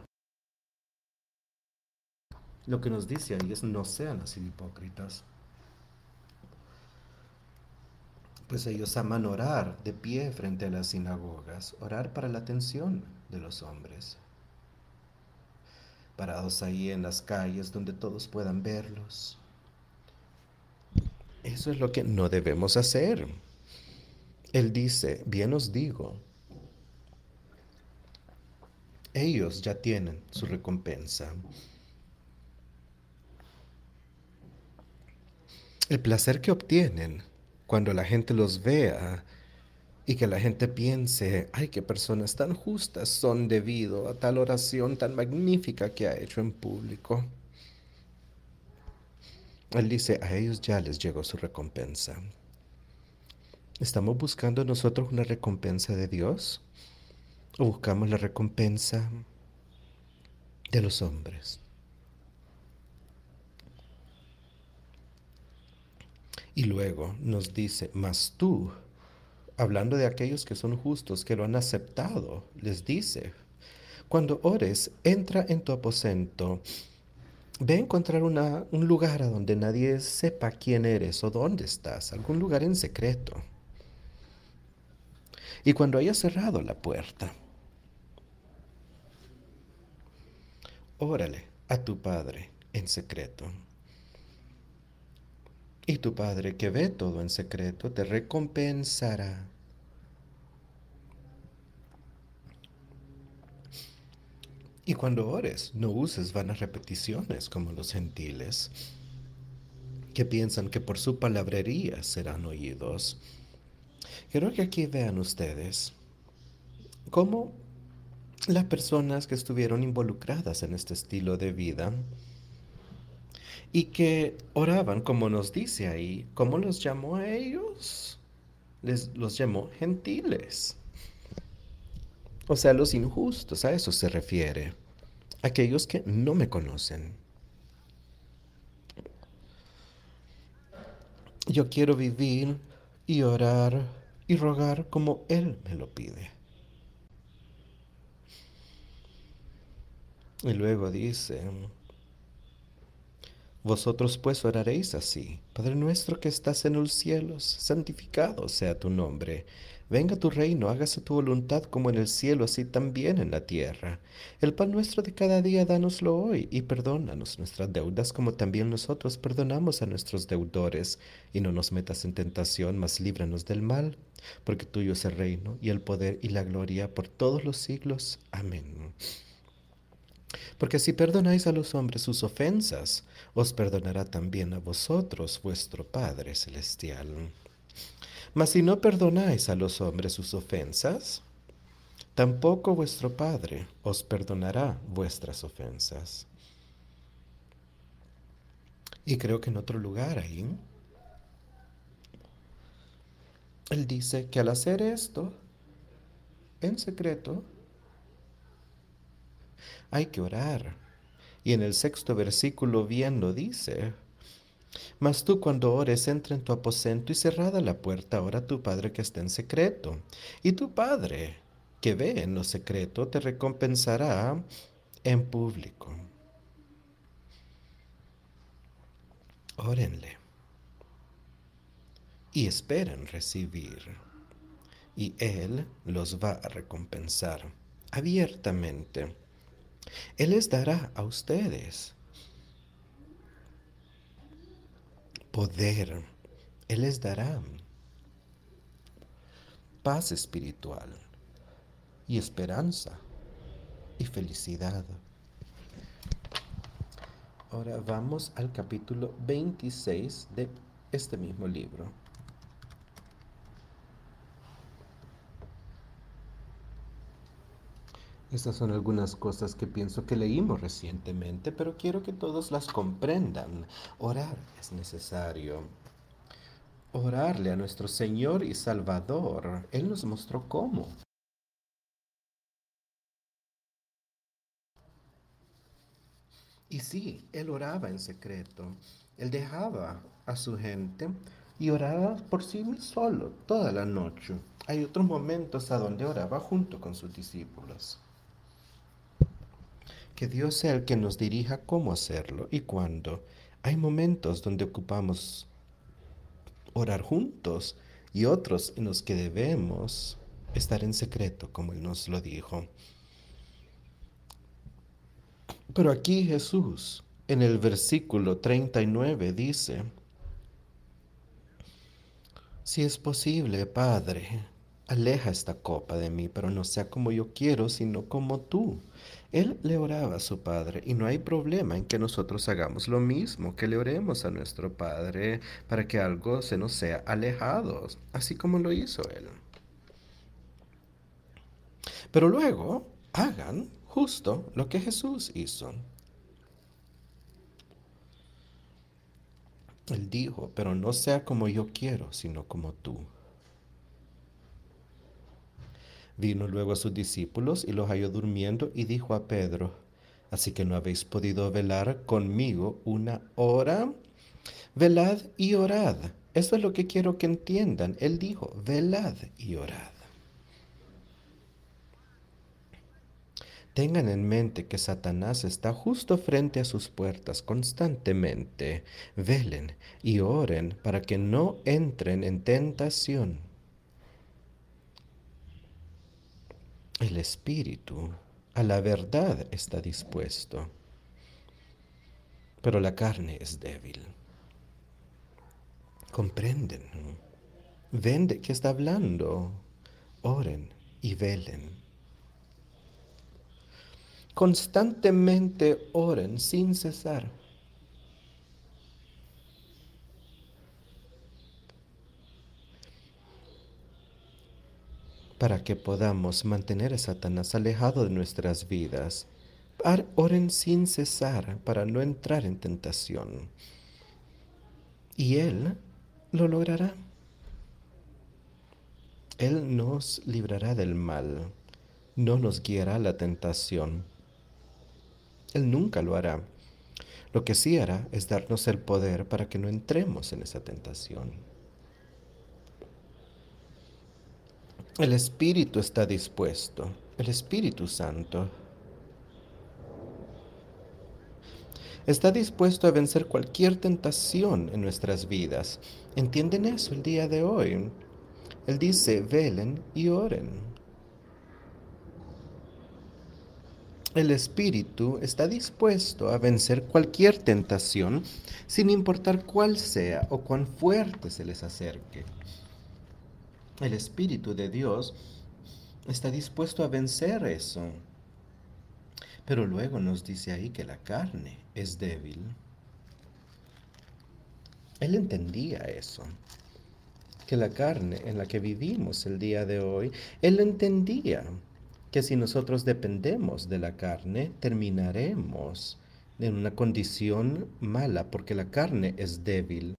Lo que nos dice ahí es no sean así hipócritas. Pues ellos aman orar de pie frente a las sinagogas, orar para la atención de los hombres, parados ahí en las calles donde todos puedan verlos. Eso es lo que no debemos hacer. Él dice, bien os digo, ellos ya tienen su recompensa. El placer que obtienen cuando la gente los vea y que la gente piense, ay, qué personas tan justas son debido a tal oración tan magnífica que ha hecho en público. Él dice, a ellos ya les llegó su recompensa. ¿Estamos buscando nosotros una recompensa de Dios o buscamos la recompensa de los hombres? Y luego nos dice, mas tú, hablando de aquellos que son justos, que lo han aceptado, les dice, cuando ores, entra en tu aposento, ve a encontrar un lugar a donde nadie sepa quién eres o dónde estás, algún lugar en secreto. Y cuando hayas cerrado la puerta, órale a tu Padre en secreto. Y tu Padre que ve todo en secreto te recompensará. Y cuando ores, no uses vanas repeticiones como los gentiles, que piensan que por su palabrería serán oídos. Quiero que aquí vean ustedes cómo las personas que estuvieron involucradas en este estilo de vida y que oraban, como nos dice ahí, ¿cómo los llamó a ellos? Los llamó gentiles. O sea, los injustos, a eso se refiere. Aquellos que no me conocen. Yo quiero vivir y orar y rogar como Él me lo pide. Y luego dice, vosotros pues oraréis así, Padre nuestro que estás en los cielos, santificado sea tu nombre. Venga tu reino, hágase tu voluntad como en el cielo, así también en la tierra. El pan nuestro de cada día, dánoslo hoy, y perdónanos nuestras deudas como también nosotros perdonamos a nuestros deudores. Y no nos metas en tentación, mas líbranos del mal, porque tuyo es el reino, y el poder, y la gloria por todos los siglos. Amén. Porque si perdonáis a los hombres sus ofensas, os perdonará también a vosotros vuestro Padre Celestial. Mas si no perdonáis a los hombres sus ofensas, tampoco vuestro Padre os perdonará vuestras ofensas. Y creo que en otro lugar ahí, Él dice que al hacer esto, en secreto, hay que orar. Y en el sexto versículo bien lo dice. Mas tú cuando ores, entra en tu aposento y cerrada la puerta, ora a tu Padre que está en secreto. Y tu Padre, que ve en lo secreto, te recompensará en público. Órenle y esperen recibir. Y Él los va a recompensar abiertamente. Él les dará a ustedes poder. Él les dará paz espiritual y esperanza y felicidad. Ahora vamos al capítulo 26 de este mismo libro. Estas son algunas cosas que pienso que leímos recientemente, pero quiero que todos las comprendan. Orar es necesario. Orarle a nuestro Señor y Salvador. Él nos mostró cómo. Y sí, él oraba en secreto. Él dejaba a su gente y oraba por sí solo toda la noche. Hay otros momentos a donde oraba junto con sus discípulos. Que Dios sea el que nos dirija cómo hacerlo y cuándo. Hay momentos donde ocupamos orar juntos y otros en los que debemos estar en secreto, como Él nos lo dijo. Pero aquí Jesús, en el versículo 39, dice, si es posible, Padre, aleja esta copa de mí, pero no sea como yo quiero, sino como tú. Él le oraba a su Padre y no hay problema en que nosotros hagamos lo mismo, que le oremos a nuestro Padre para que algo se nos sea alejado, así como lo hizo Él. Pero luego hagan justo lo que Jesús hizo. Él dijo, pero no sea como yo quiero, sino como tú. Vino luego a sus discípulos y los halló durmiendo y dijo a Pedro, ¿así que no habéis podido velar conmigo una hora? Velad y orad. Eso es lo que quiero que entiendan. Él dijo, velad y orad. Tengan en mente que Satanás está justo frente a sus puertas constantemente. Velen y oren para que no entren en tentación. El espíritu a la verdad está dispuesto, pero la carne es débil. ¿Comprenden? ¿Ven de qué está hablando? Oren y velen. Constantemente oren sin cesar. Para que podamos mantener a Satanás alejado de nuestras vidas. Oren sin cesar para no entrar en tentación. Y Él lo logrará. Él nos librará del mal. No nos guiará a la tentación. Él nunca lo hará. Lo que sí hará es darnos el poder para que no entremos en esa tentación. El Espíritu está dispuesto, el Espíritu Santo está dispuesto a vencer cualquier tentación en nuestras vidas. ¿Entienden eso el día de hoy? Él dice, velen y oren. El Espíritu está dispuesto a vencer cualquier tentación, sin importar cuál sea o cuán fuerte se les acerque. El Espíritu de Dios está dispuesto a vencer eso. Pero luego nos dice ahí que la carne es débil. Él entendía eso, que la carne en la que vivimos el día de hoy, él entendía que si nosotros dependemos de la carne, terminaremos en una condición mala, porque la carne es débil.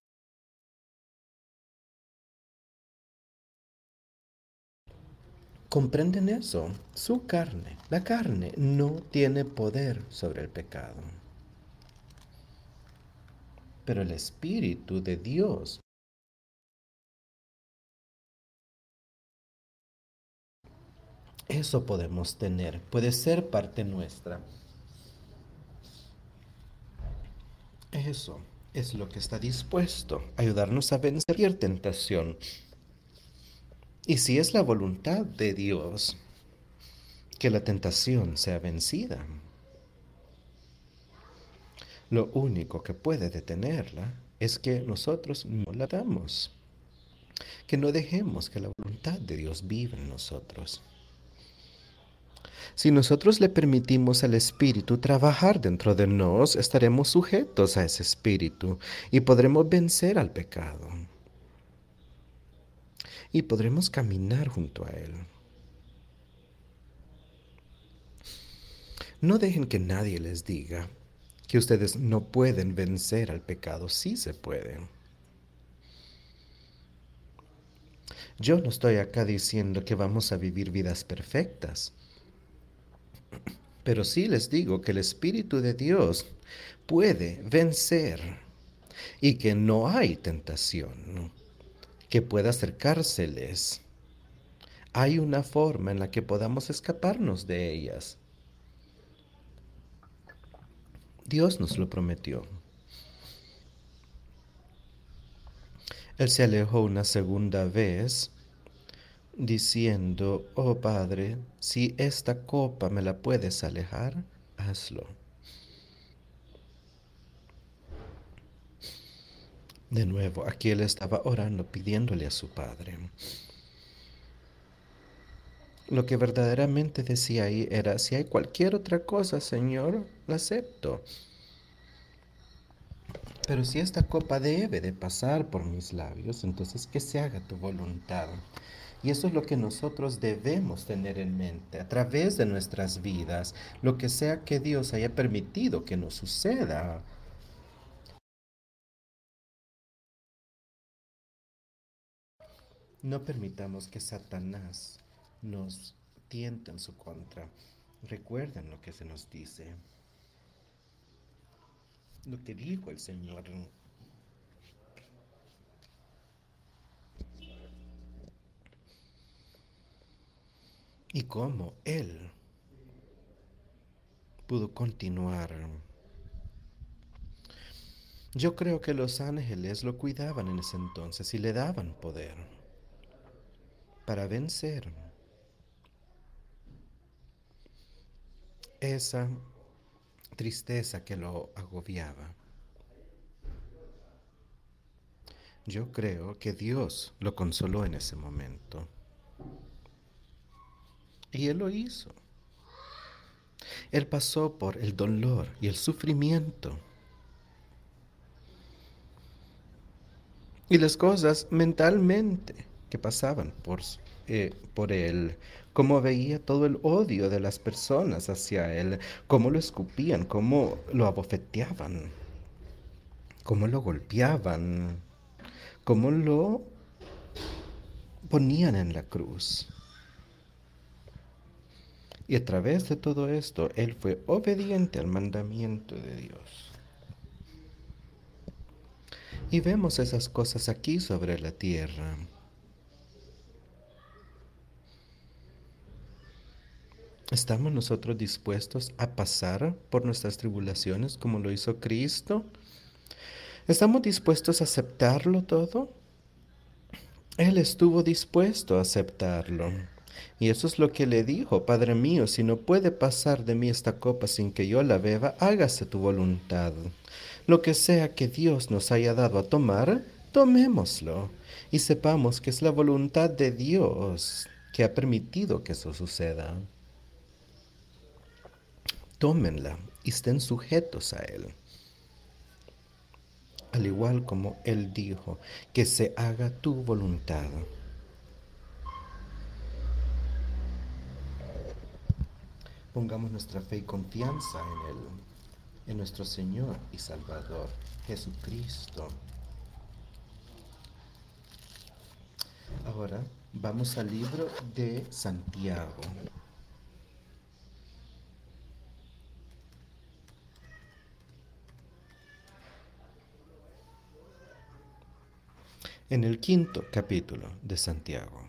¿Comprenden eso? Su carne, la carne, no tiene poder sobre el pecado. Pero el Espíritu de Dios, eso podemos tener, puede ser parte nuestra. Eso es lo que está dispuesto a ayudarnos a vencer cualquier tentación. Y si es la voluntad de Dios que la tentación sea vencida, lo único que puede detenerla es que nosotros no la damos. que no dejemos que la voluntad de Dios viva en nosotros. Si nosotros le permitimos al Espíritu trabajar dentro de nos, estaremos sujetos a ese Espíritu y podremos vencer al pecado. Y podremos caminar junto a Él. No dejen que nadie les diga que ustedes no pueden vencer al pecado. Sí se pueden. Yo no estoy acá diciendo que vamos a vivir vidas perfectas, pero sí les digo que el Espíritu de Dios puede vencer y que no hay tentación que pueda acercárseles. Hay una forma en la que podamos escaparnos de ellas. Dios nos lo prometió. Él se alejó una segunda vez diciendo, oh Padre, si esta copa me la puedes alejar, hazlo. De nuevo, aquí él estaba orando, pidiéndole a su Padre. Lo que verdaderamente decía ahí era, si hay cualquier otra cosa, Señor, la acepto. Pero si esta copa debe de pasar por mis labios, entonces que se haga tu voluntad. Y eso es lo que nosotros debemos tener en mente a través de nuestras vidas, lo que sea que Dios haya permitido que nos suceda. No permitamos que Satanás nos tiente en su contra. Recuerden lo que se nos dice, lo que dijo el Señor. Y cómo Él pudo continuar. Yo creo que los ángeles lo cuidaban en ese entonces y le daban poder para vencer esa tristeza que lo agobiaba. Yo creo que Dios lo consoló en ese momento. Y Él lo hizo. Él pasó por el dolor y el sufrimiento. Y las cosas mentalmente que pasaban por Él. Cómo veía todo el odio de las personas hacia Él. Cómo lo escupían, cómo lo abofeteaban. Cómo lo golpeaban. Cómo lo ponían en la cruz. Y a través de todo esto, Él fue obediente al mandamiento de Dios. Y vemos esas cosas aquí sobre la tierra. ¿Estamos nosotros dispuestos a pasar por nuestras tribulaciones como lo hizo Cristo? ¿Estamos dispuestos a aceptarlo todo? Él estuvo dispuesto a aceptarlo. Y eso es lo que le dijo, Padre mío, si no puede pasar de mí esta copa sin que yo la beba, hágase tu voluntad. Lo que sea que Dios nos haya dado a tomar, tomémoslo. Y sepamos que es la voluntad de Dios que ha permitido que eso suceda. Tómenla y estén sujetos a Él. Al igual como Él dijo, que se haga tu voluntad. Pongamos nuestra fe y confianza en Él, en nuestro Señor y Salvador, Jesucristo. Ahora vamos al libro de Santiago. En el quinto capítulo de Santiago.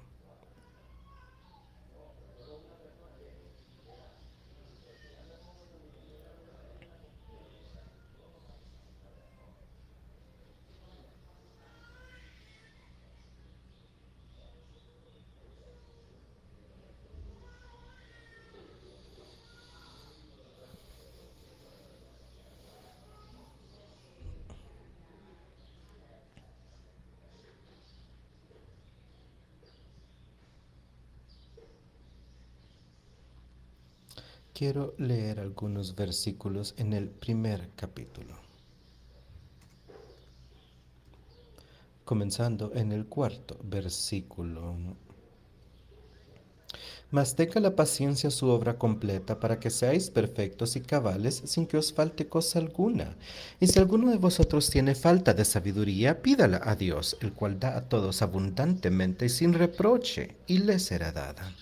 Quiero leer algunos versículos en el primer capítulo, comenzando en el cuarto versículo. Mas tenga la paciencia su obra completa para que seáis perfectos y cabales sin que os falte cosa alguna. Y si alguno de vosotros tiene falta de sabiduría, pídala a Dios, el cual da a todos abundantemente y sin reproche, y le será dada.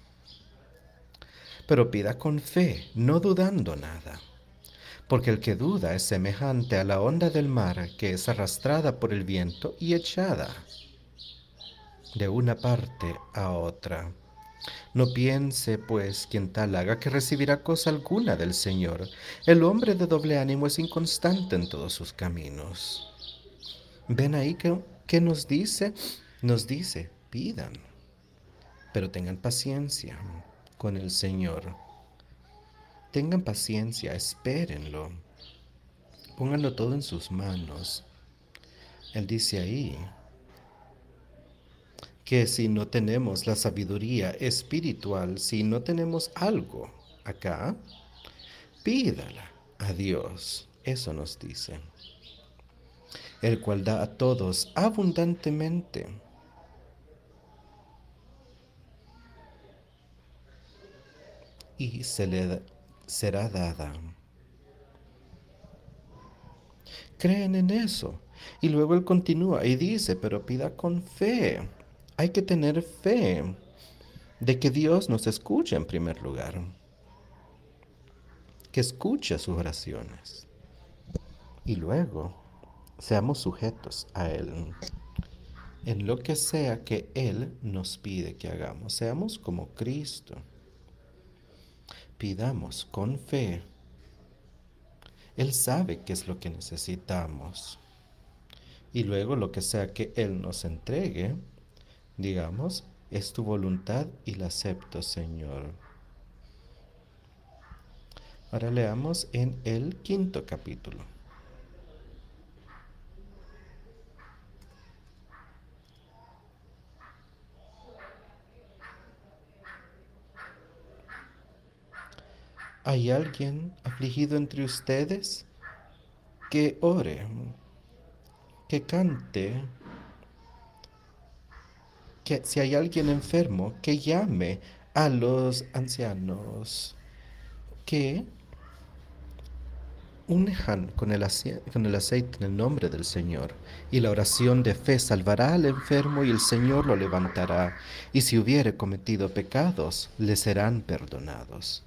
Pero pida con fe, no dudando nada. Porque el que duda es semejante a la onda del mar que es arrastrada por el viento y echada de una parte a otra. No piense, pues, quien tal haga que recibirá cosa alguna del Señor. El hombre de doble ánimo es inconstante en todos sus caminos. ¿Ven ahí que nos dice? Nos dice, pidan, pero tengan paciencia con el Señor. Tengan paciencia, espérenlo. Pónganlo todo en sus manos. Él dice ahí que si no tenemos la sabiduría espiritual, si no tenemos algo acá, pídala a Dios. Eso nos dice. El cual da a todos abundantemente. Y será dada. Creen en eso. Y luego él continúa y dice, pero pida con fe. Hay que tener fe de que Dios nos escucha en primer lugar, que escucha sus oraciones. Y luego seamos sujetos a Él en lo que sea que Él nos pide que hagamos. Seamos como Cristo. Pidamos con fe. Él sabe qué es lo que necesitamos. Y luego lo que sea que Él nos entregue, digamos, es tu voluntad y la acepto, Señor. Ahora leamos en el quinto capítulo. ¿Hay alguien afligido entre ustedes? Que ore, que cante, que si hay alguien enfermo, que llame a los ancianos, que unjan con el aceite en el nombre del Señor. Y la oración de fe salvará al enfermo y el Señor lo levantará. Y si hubiere cometido pecados, le serán perdonados.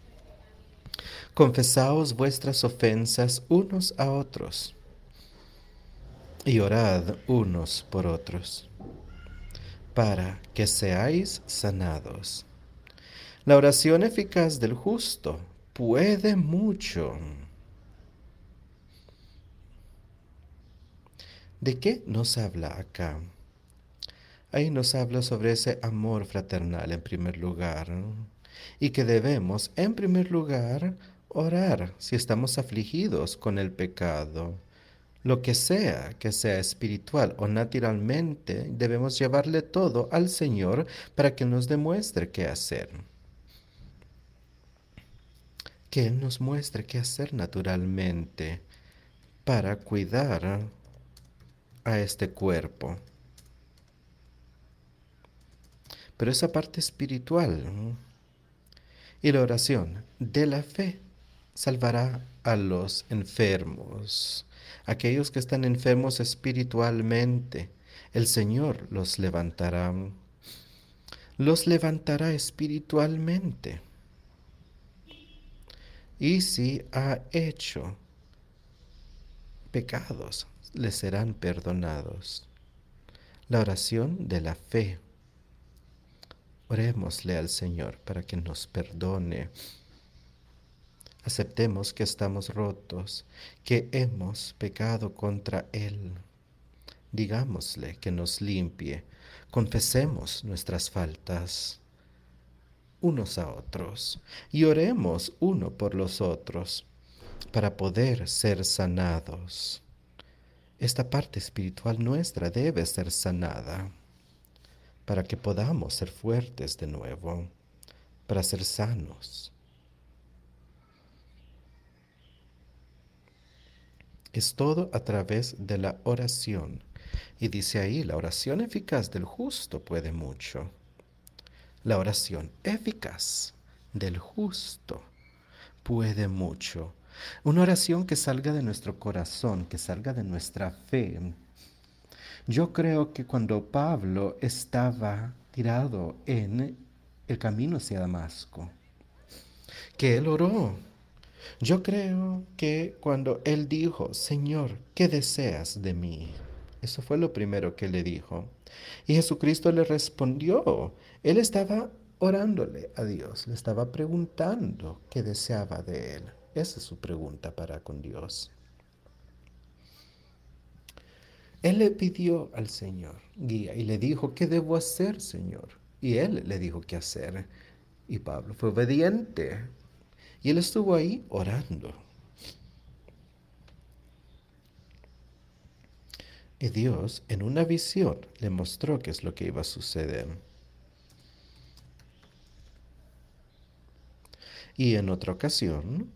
Confesaos vuestras ofensas unos a otros y orad unos por otros, para que seáis sanados. La oración eficaz del justo puede mucho. ¿De qué nos habla acá? Ahí nos habla sobre ese amor fraternal en primer lugar, ¿no? Y que debemos, en primer lugar, orar si estamos afligidos con el pecado. Lo que sea espiritual o naturalmente, debemos llevarle todo al Señor para que nos demuestre qué hacer. Que Él nos muestre qué hacer naturalmente para cuidar a este cuerpo. Pero esa parte espiritual, ¿no? Y la oración de la fe salvará a los enfermos, aquellos que están enfermos espiritualmente. El Señor los levantará espiritualmente. Y si ha hecho pecados, les serán perdonados. La oración de la fe. Orémosle al Señor para que nos perdone. Aceptemos que estamos rotos, que hemos pecado contra Él. Digámosle que nos limpie. Confesemos nuestras faltas unos a otros y oremos uno por los otros para poder ser sanados. Esta parte espiritual nuestra debe ser sanada para que podamos ser fuertes de nuevo, para ser sanos. Es todo a través de la oración. Y dice ahí, la oración eficaz del justo puede mucho. La oración eficaz del justo puede mucho. Una oración que salga de nuestro corazón, que salga de nuestra fe. Yo creo que cuando Pablo estaba tirado en el camino hacia Damasco, que él oró. Yo creo que cuando él dijo, Señor, ¿qué deseas de mí? Eso fue lo primero que le dijo. Y Jesucristo le respondió. Él estaba orándole a Dios, le estaba preguntando qué deseaba de él. Esa es su pregunta para con Dios. Él le pidió al Señor guía y le dijo, ¿qué debo hacer, Señor? Y él le dijo qué hacer. Y Pablo fue obediente. Y él estuvo ahí orando. Y Dios, en una visión, le mostró qué es lo que iba a suceder. Y en otra ocasión,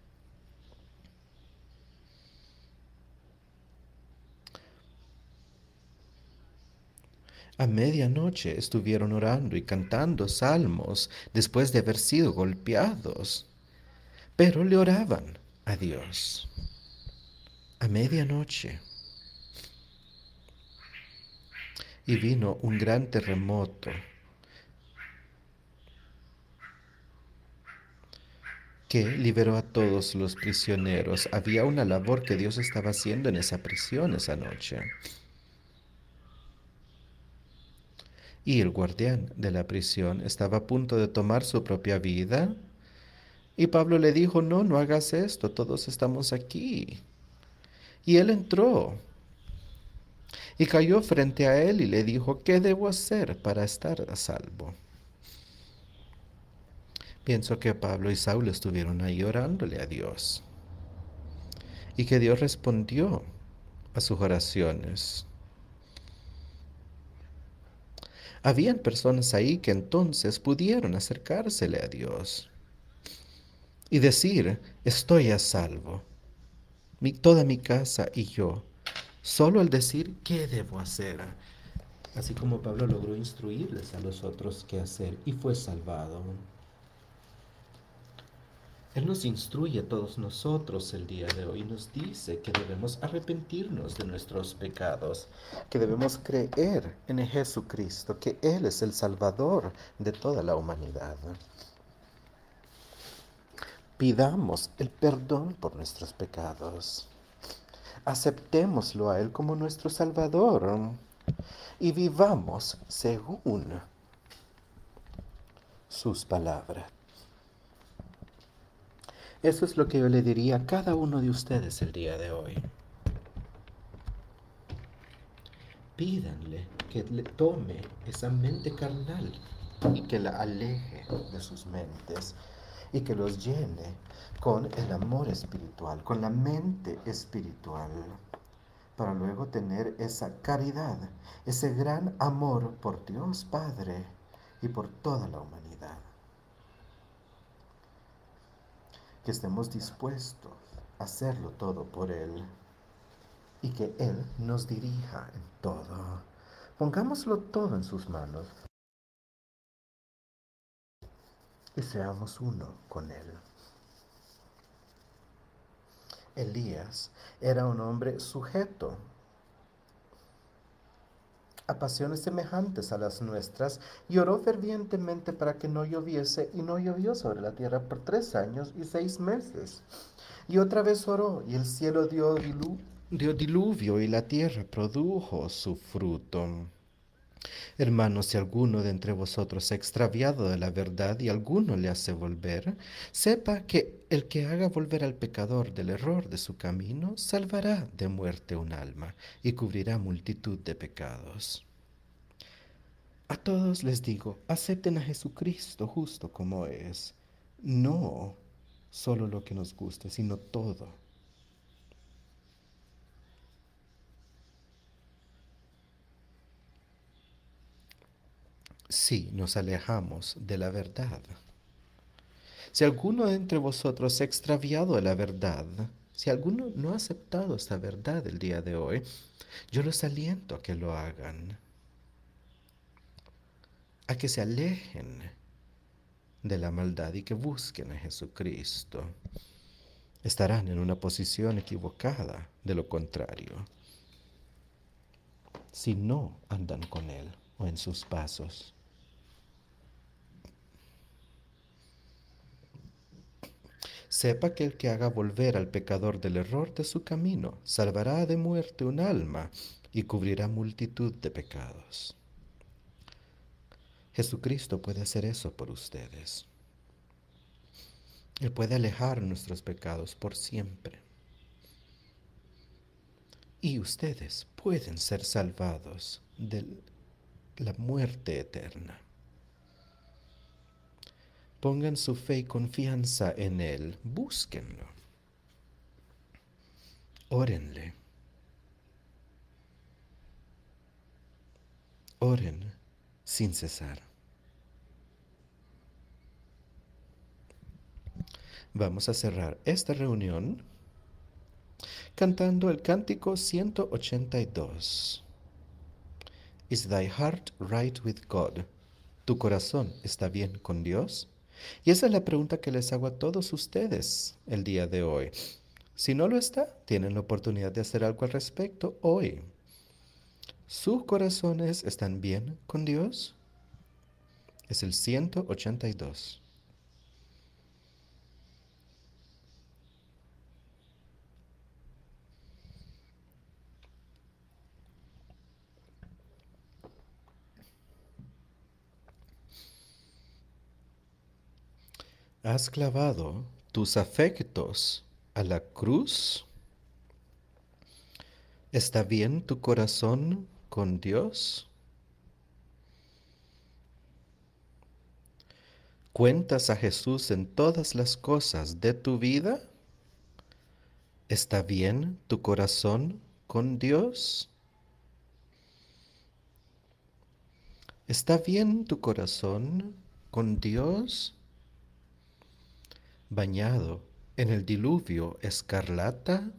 a medianoche estuvieron orando y cantando salmos después de haber sido golpeados, pero le oraban a Dios. A medianoche. Y vino un gran terremoto que liberó a todos los prisioneros. Había una labor que Dios estaba haciendo en esa prisión esa noche. Y el guardián de la prisión estaba a punto de tomar su propia vida. Y Pablo le dijo, no, no hagas esto, todos estamos aquí. Y él entró y cayó frente a él y le dijo, ¿qué debo hacer para estar a salvo? Pienso que Pablo y Saulo estuvieron ahí orándole a Dios y que Dios respondió a sus oraciones. Habían personas ahí que entonces pudieron acercársele a Dios y decir, estoy a salvo, toda mi casa y yo. Solo al decir, ¿qué debo hacer? Así como Pablo logró instruirles a los otros qué hacer y fue salvado. Él nos instruye a todos nosotros el día de hoy, nos dice que debemos arrepentirnos de nuestros pecados, que debemos creer en Jesucristo, que Él es el Salvador de toda la humanidad. Pidamos el perdón por nuestros pecados. Aceptémoslo a Él como nuestro Salvador y vivamos según sus palabras. Eso es lo que yo le diría a cada uno de ustedes el día de hoy. Pídanle que le tome esa mente carnal y que la aleje de sus mentes y que los llene con el amor espiritual, con la mente espiritual, para luego tener esa caridad, ese gran amor por Dios Padre y por toda la humanidad. Que estemos dispuestos a hacerlo todo por Él y que Él nos dirija en todo. Pongámoslo todo en sus manos y seamos uno con Él. Elías era un hombre sujeto a pasiones semejantes a las nuestras y oró fervientemente para que no lloviese y no llovió sobre la tierra por 3 años y 6 meses. Y otra vez oró y el cielo dio diluvio y la tierra produjo su fruto. Hermanos, si alguno de entre vosotros se ha extraviado de la verdad y alguno le hace volver, sepa que el que haga volver al pecador del error de su camino, salvará de muerte un alma y cubrirá multitud de pecados. A todos les digo, acepten a Jesucristo justo como es, no solo lo que nos guste, sino todo. Si nos alejamos de la verdad. Si alguno de entre vosotros se ha extraviado de la verdad Si alguno no ha aceptado esta verdad el día de hoy, yo los aliento a que lo hagan, a que se alejen de la maldad y que busquen a Jesucristo. Estarán en una posición equivocada de lo contrario, si no andan con Él o en sus pasos. Sepa que el que haga volver al pecador del error de su camino salvará de muerte un alma y cubrirá multitud de pecados. Jesucristo puede hacer eso por ustedes. Él puede alejar nuestros pecados por siempre. Y ustedes pueden ser salvados de la muerte eterna. Pongan su fe y confianza en Él. Búsquenlo. Órenle. Oren sin cesar. Vamos a cerrar esta reunión cantando el cántico 182. Is thy heart right with God? ¿Tu corazón está bien con Dios? Y esa es la pregunta que les hago a todos ustedes el día de hoy. Si no lo está, tienen la oportunidad de hacer algo al respecto hoy. ¿Sus corazones están bien con Dios? Es el 182. ¿Has clavado tus afectos a la cruz? ¿Está bien tu corazón con Dios? ¿Cuentas a Jesús en todas las cosas de tu vida? ¿Está bien tu corazón con Dios? ¿Está bien tu corazón con Dios? ¿Bañado en el diluvio escarlata?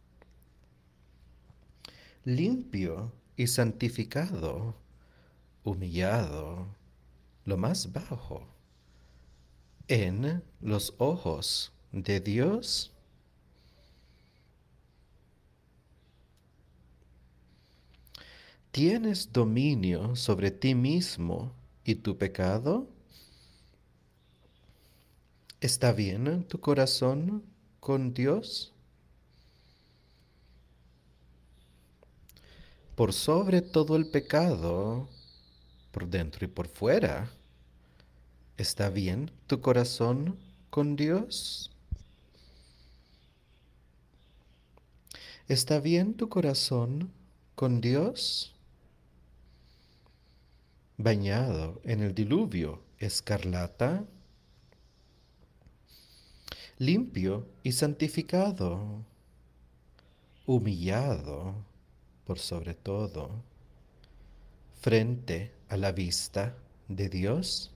¿Limpio y santificado? ¿Humillado lo más bajo en los ojos de Dios? ¿Tienes dominio sobre ti mismo y tu pecado? ¿Está bien tu corazón con Dios? Por sobre todo el pecado, por dentro y por fuera, ¿está bien tu corazón con Dios? ¿Está bien tu corazón con Dios? Bañado en el diluvio escarlata, limpio y santificado, humillado por sobre todo, frente a la vista de Dios.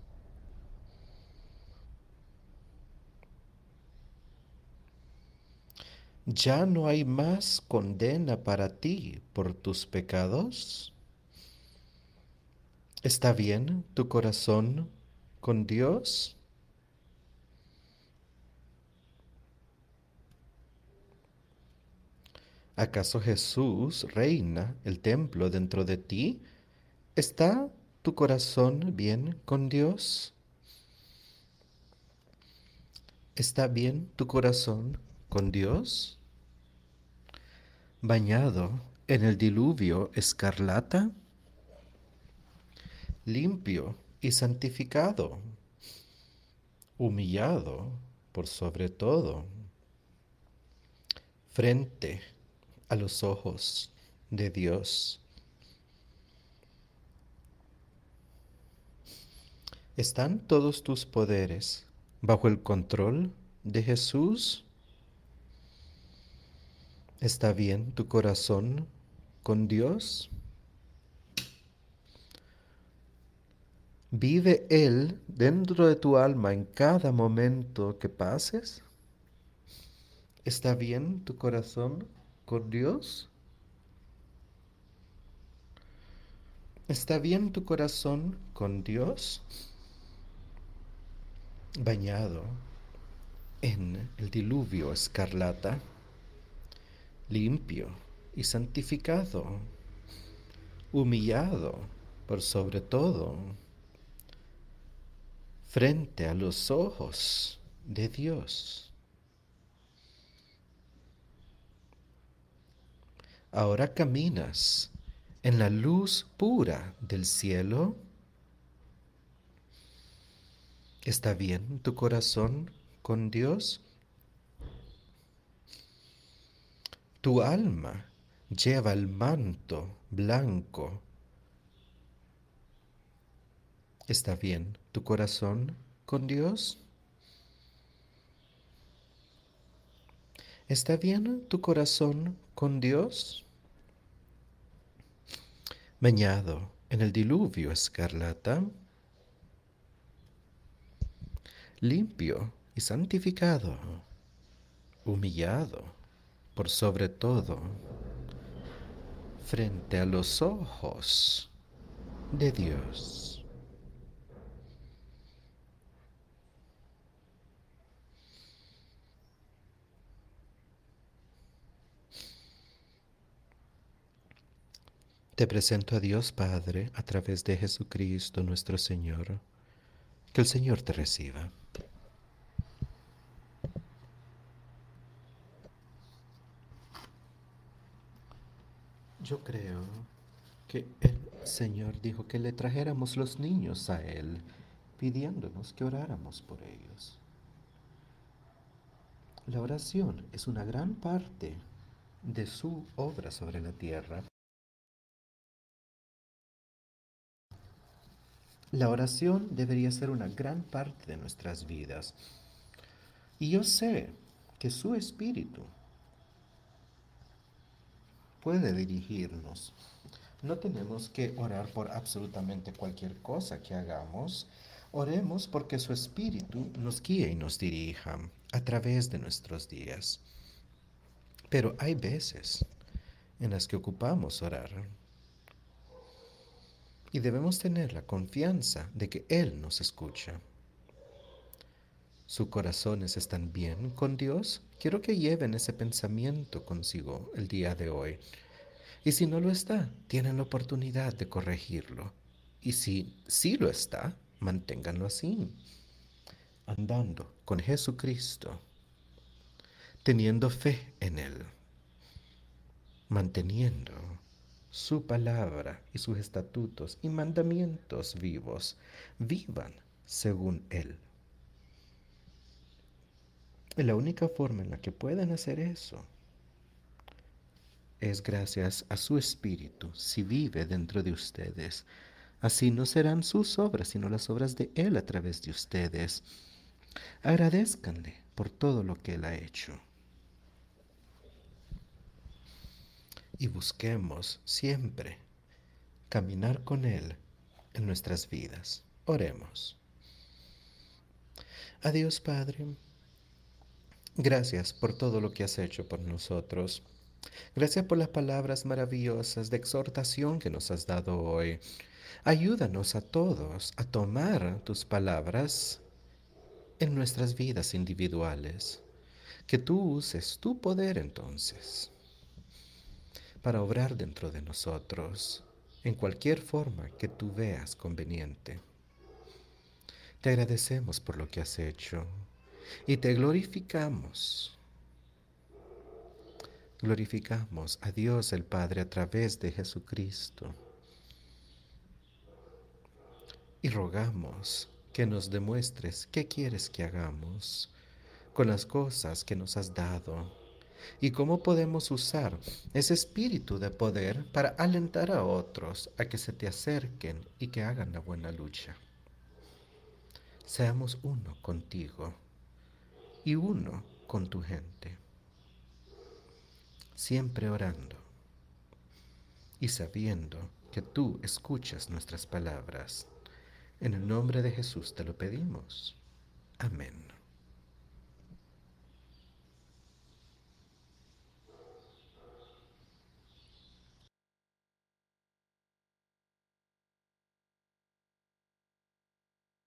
¿Ya no hay más condena para ti por tus pecados? ¿Está bien tu corazón con Dios? ¿Acaso Jesús reina el templo dentro de ti? ¿Está tu corazón bien con Dios? ¿Está bien tu corazón con Dios? ¿Bañado en el diluvio escarlata? ¿Limpio y santificado? ¿Humillado por sobre todo? Frente a los ojos de Dios. ¿Están todos tus poderes bajo el control de Jesús? ¿Está bien tu corazón con Dios? ¿Vive Él dentro de tu alma en cada momento que pases? ¿Está bien tu corazón con Dios? ¿Está bien tu corazón con Dios? Bañado en el diluvio escarlata, limpio y santificado, humillado por sobre todo, frente a los ojos de Dios. Ahora caminas en la luz pura del cielo. ¿Está bien tu corazón con Dios? Tu alma lleva el manto blanco. ¿Está bien tu corazón con Dios? ¿Está bien tu corazón con Dios? Bañado en el diluvio escarlata, limpio y santificado, humillado por sobre todo, frente a los ojos de Dios. Te presento a Dios Padre a través de Jesucristo nuestro Señor. Que el Señor te reciba. Yo creo que el Señor dijo que le trajéramos los niños a Él, pidiéndonos que oráramos por ellos. La oración es una gran parte de su obra sobre la tierra. La oración debería ser una gran parte de nuestras vidas. Y yo sé que su espíritu puede dirigirnos. No tenemos que orar por absolutamente cualquier cosa que hagamos. Oremos porque su espíritu nos guíe y nos dirija a través de nuestros días. Pero hay veces en las que ocupamos orar y debemos tener la confianza de que Él nos escucha. ¿Sus corazones están bien con Dios? Quiero que lleven ese pensamiento consigo el día de hoy. Y si no lo está, tienen la oportunidad de corregirlo. Y si sí lo está, manténganlo así, andando con Jesucristo, teniendo fe en Él, manteniendo su palabra y sus estatutos y mandamientos vivos. Vivan según Él. Y la única forma en la que pueden hacer eso es gracias a su Espíritu, si vive dentro de ustedes. Así no serán sus obras, sino las obras de Él a través de ustedes. Agradézcanle por todo lo que Él ha hecho. Y busquemos siempre caminar con Él en nuestras vidas. Oremos. Adiós, Padre. Gracias por todo lo que has hecho por nosotros. Gracias por las palabras maravillosas de exhortación que nos has dado hoy. Ayúdanos a todos a tomar tus palabras en nuestras vidas individuales. Que tú uses tu poder entonces para obrar dentro de nosotros en cualquier forma que tú veas conveniente. Te agradecemos por lo que has hecho y te glorificamos. Glorificamos a Dios el Padre a través de Jesucristo y rogamos que nos demuestres qué quieres que hagamos con las cosas que nos has dado y cómo podemos usar ese espíritu de poder para alentar a otros a que se te acerquen y que hagan la buena lucha. Seamos uno contigo y uno con tu gente, siempre orando y sabiendo que tú escuchas nuestras palabras. En el nombre de Jesús te lo pedimos. Amén.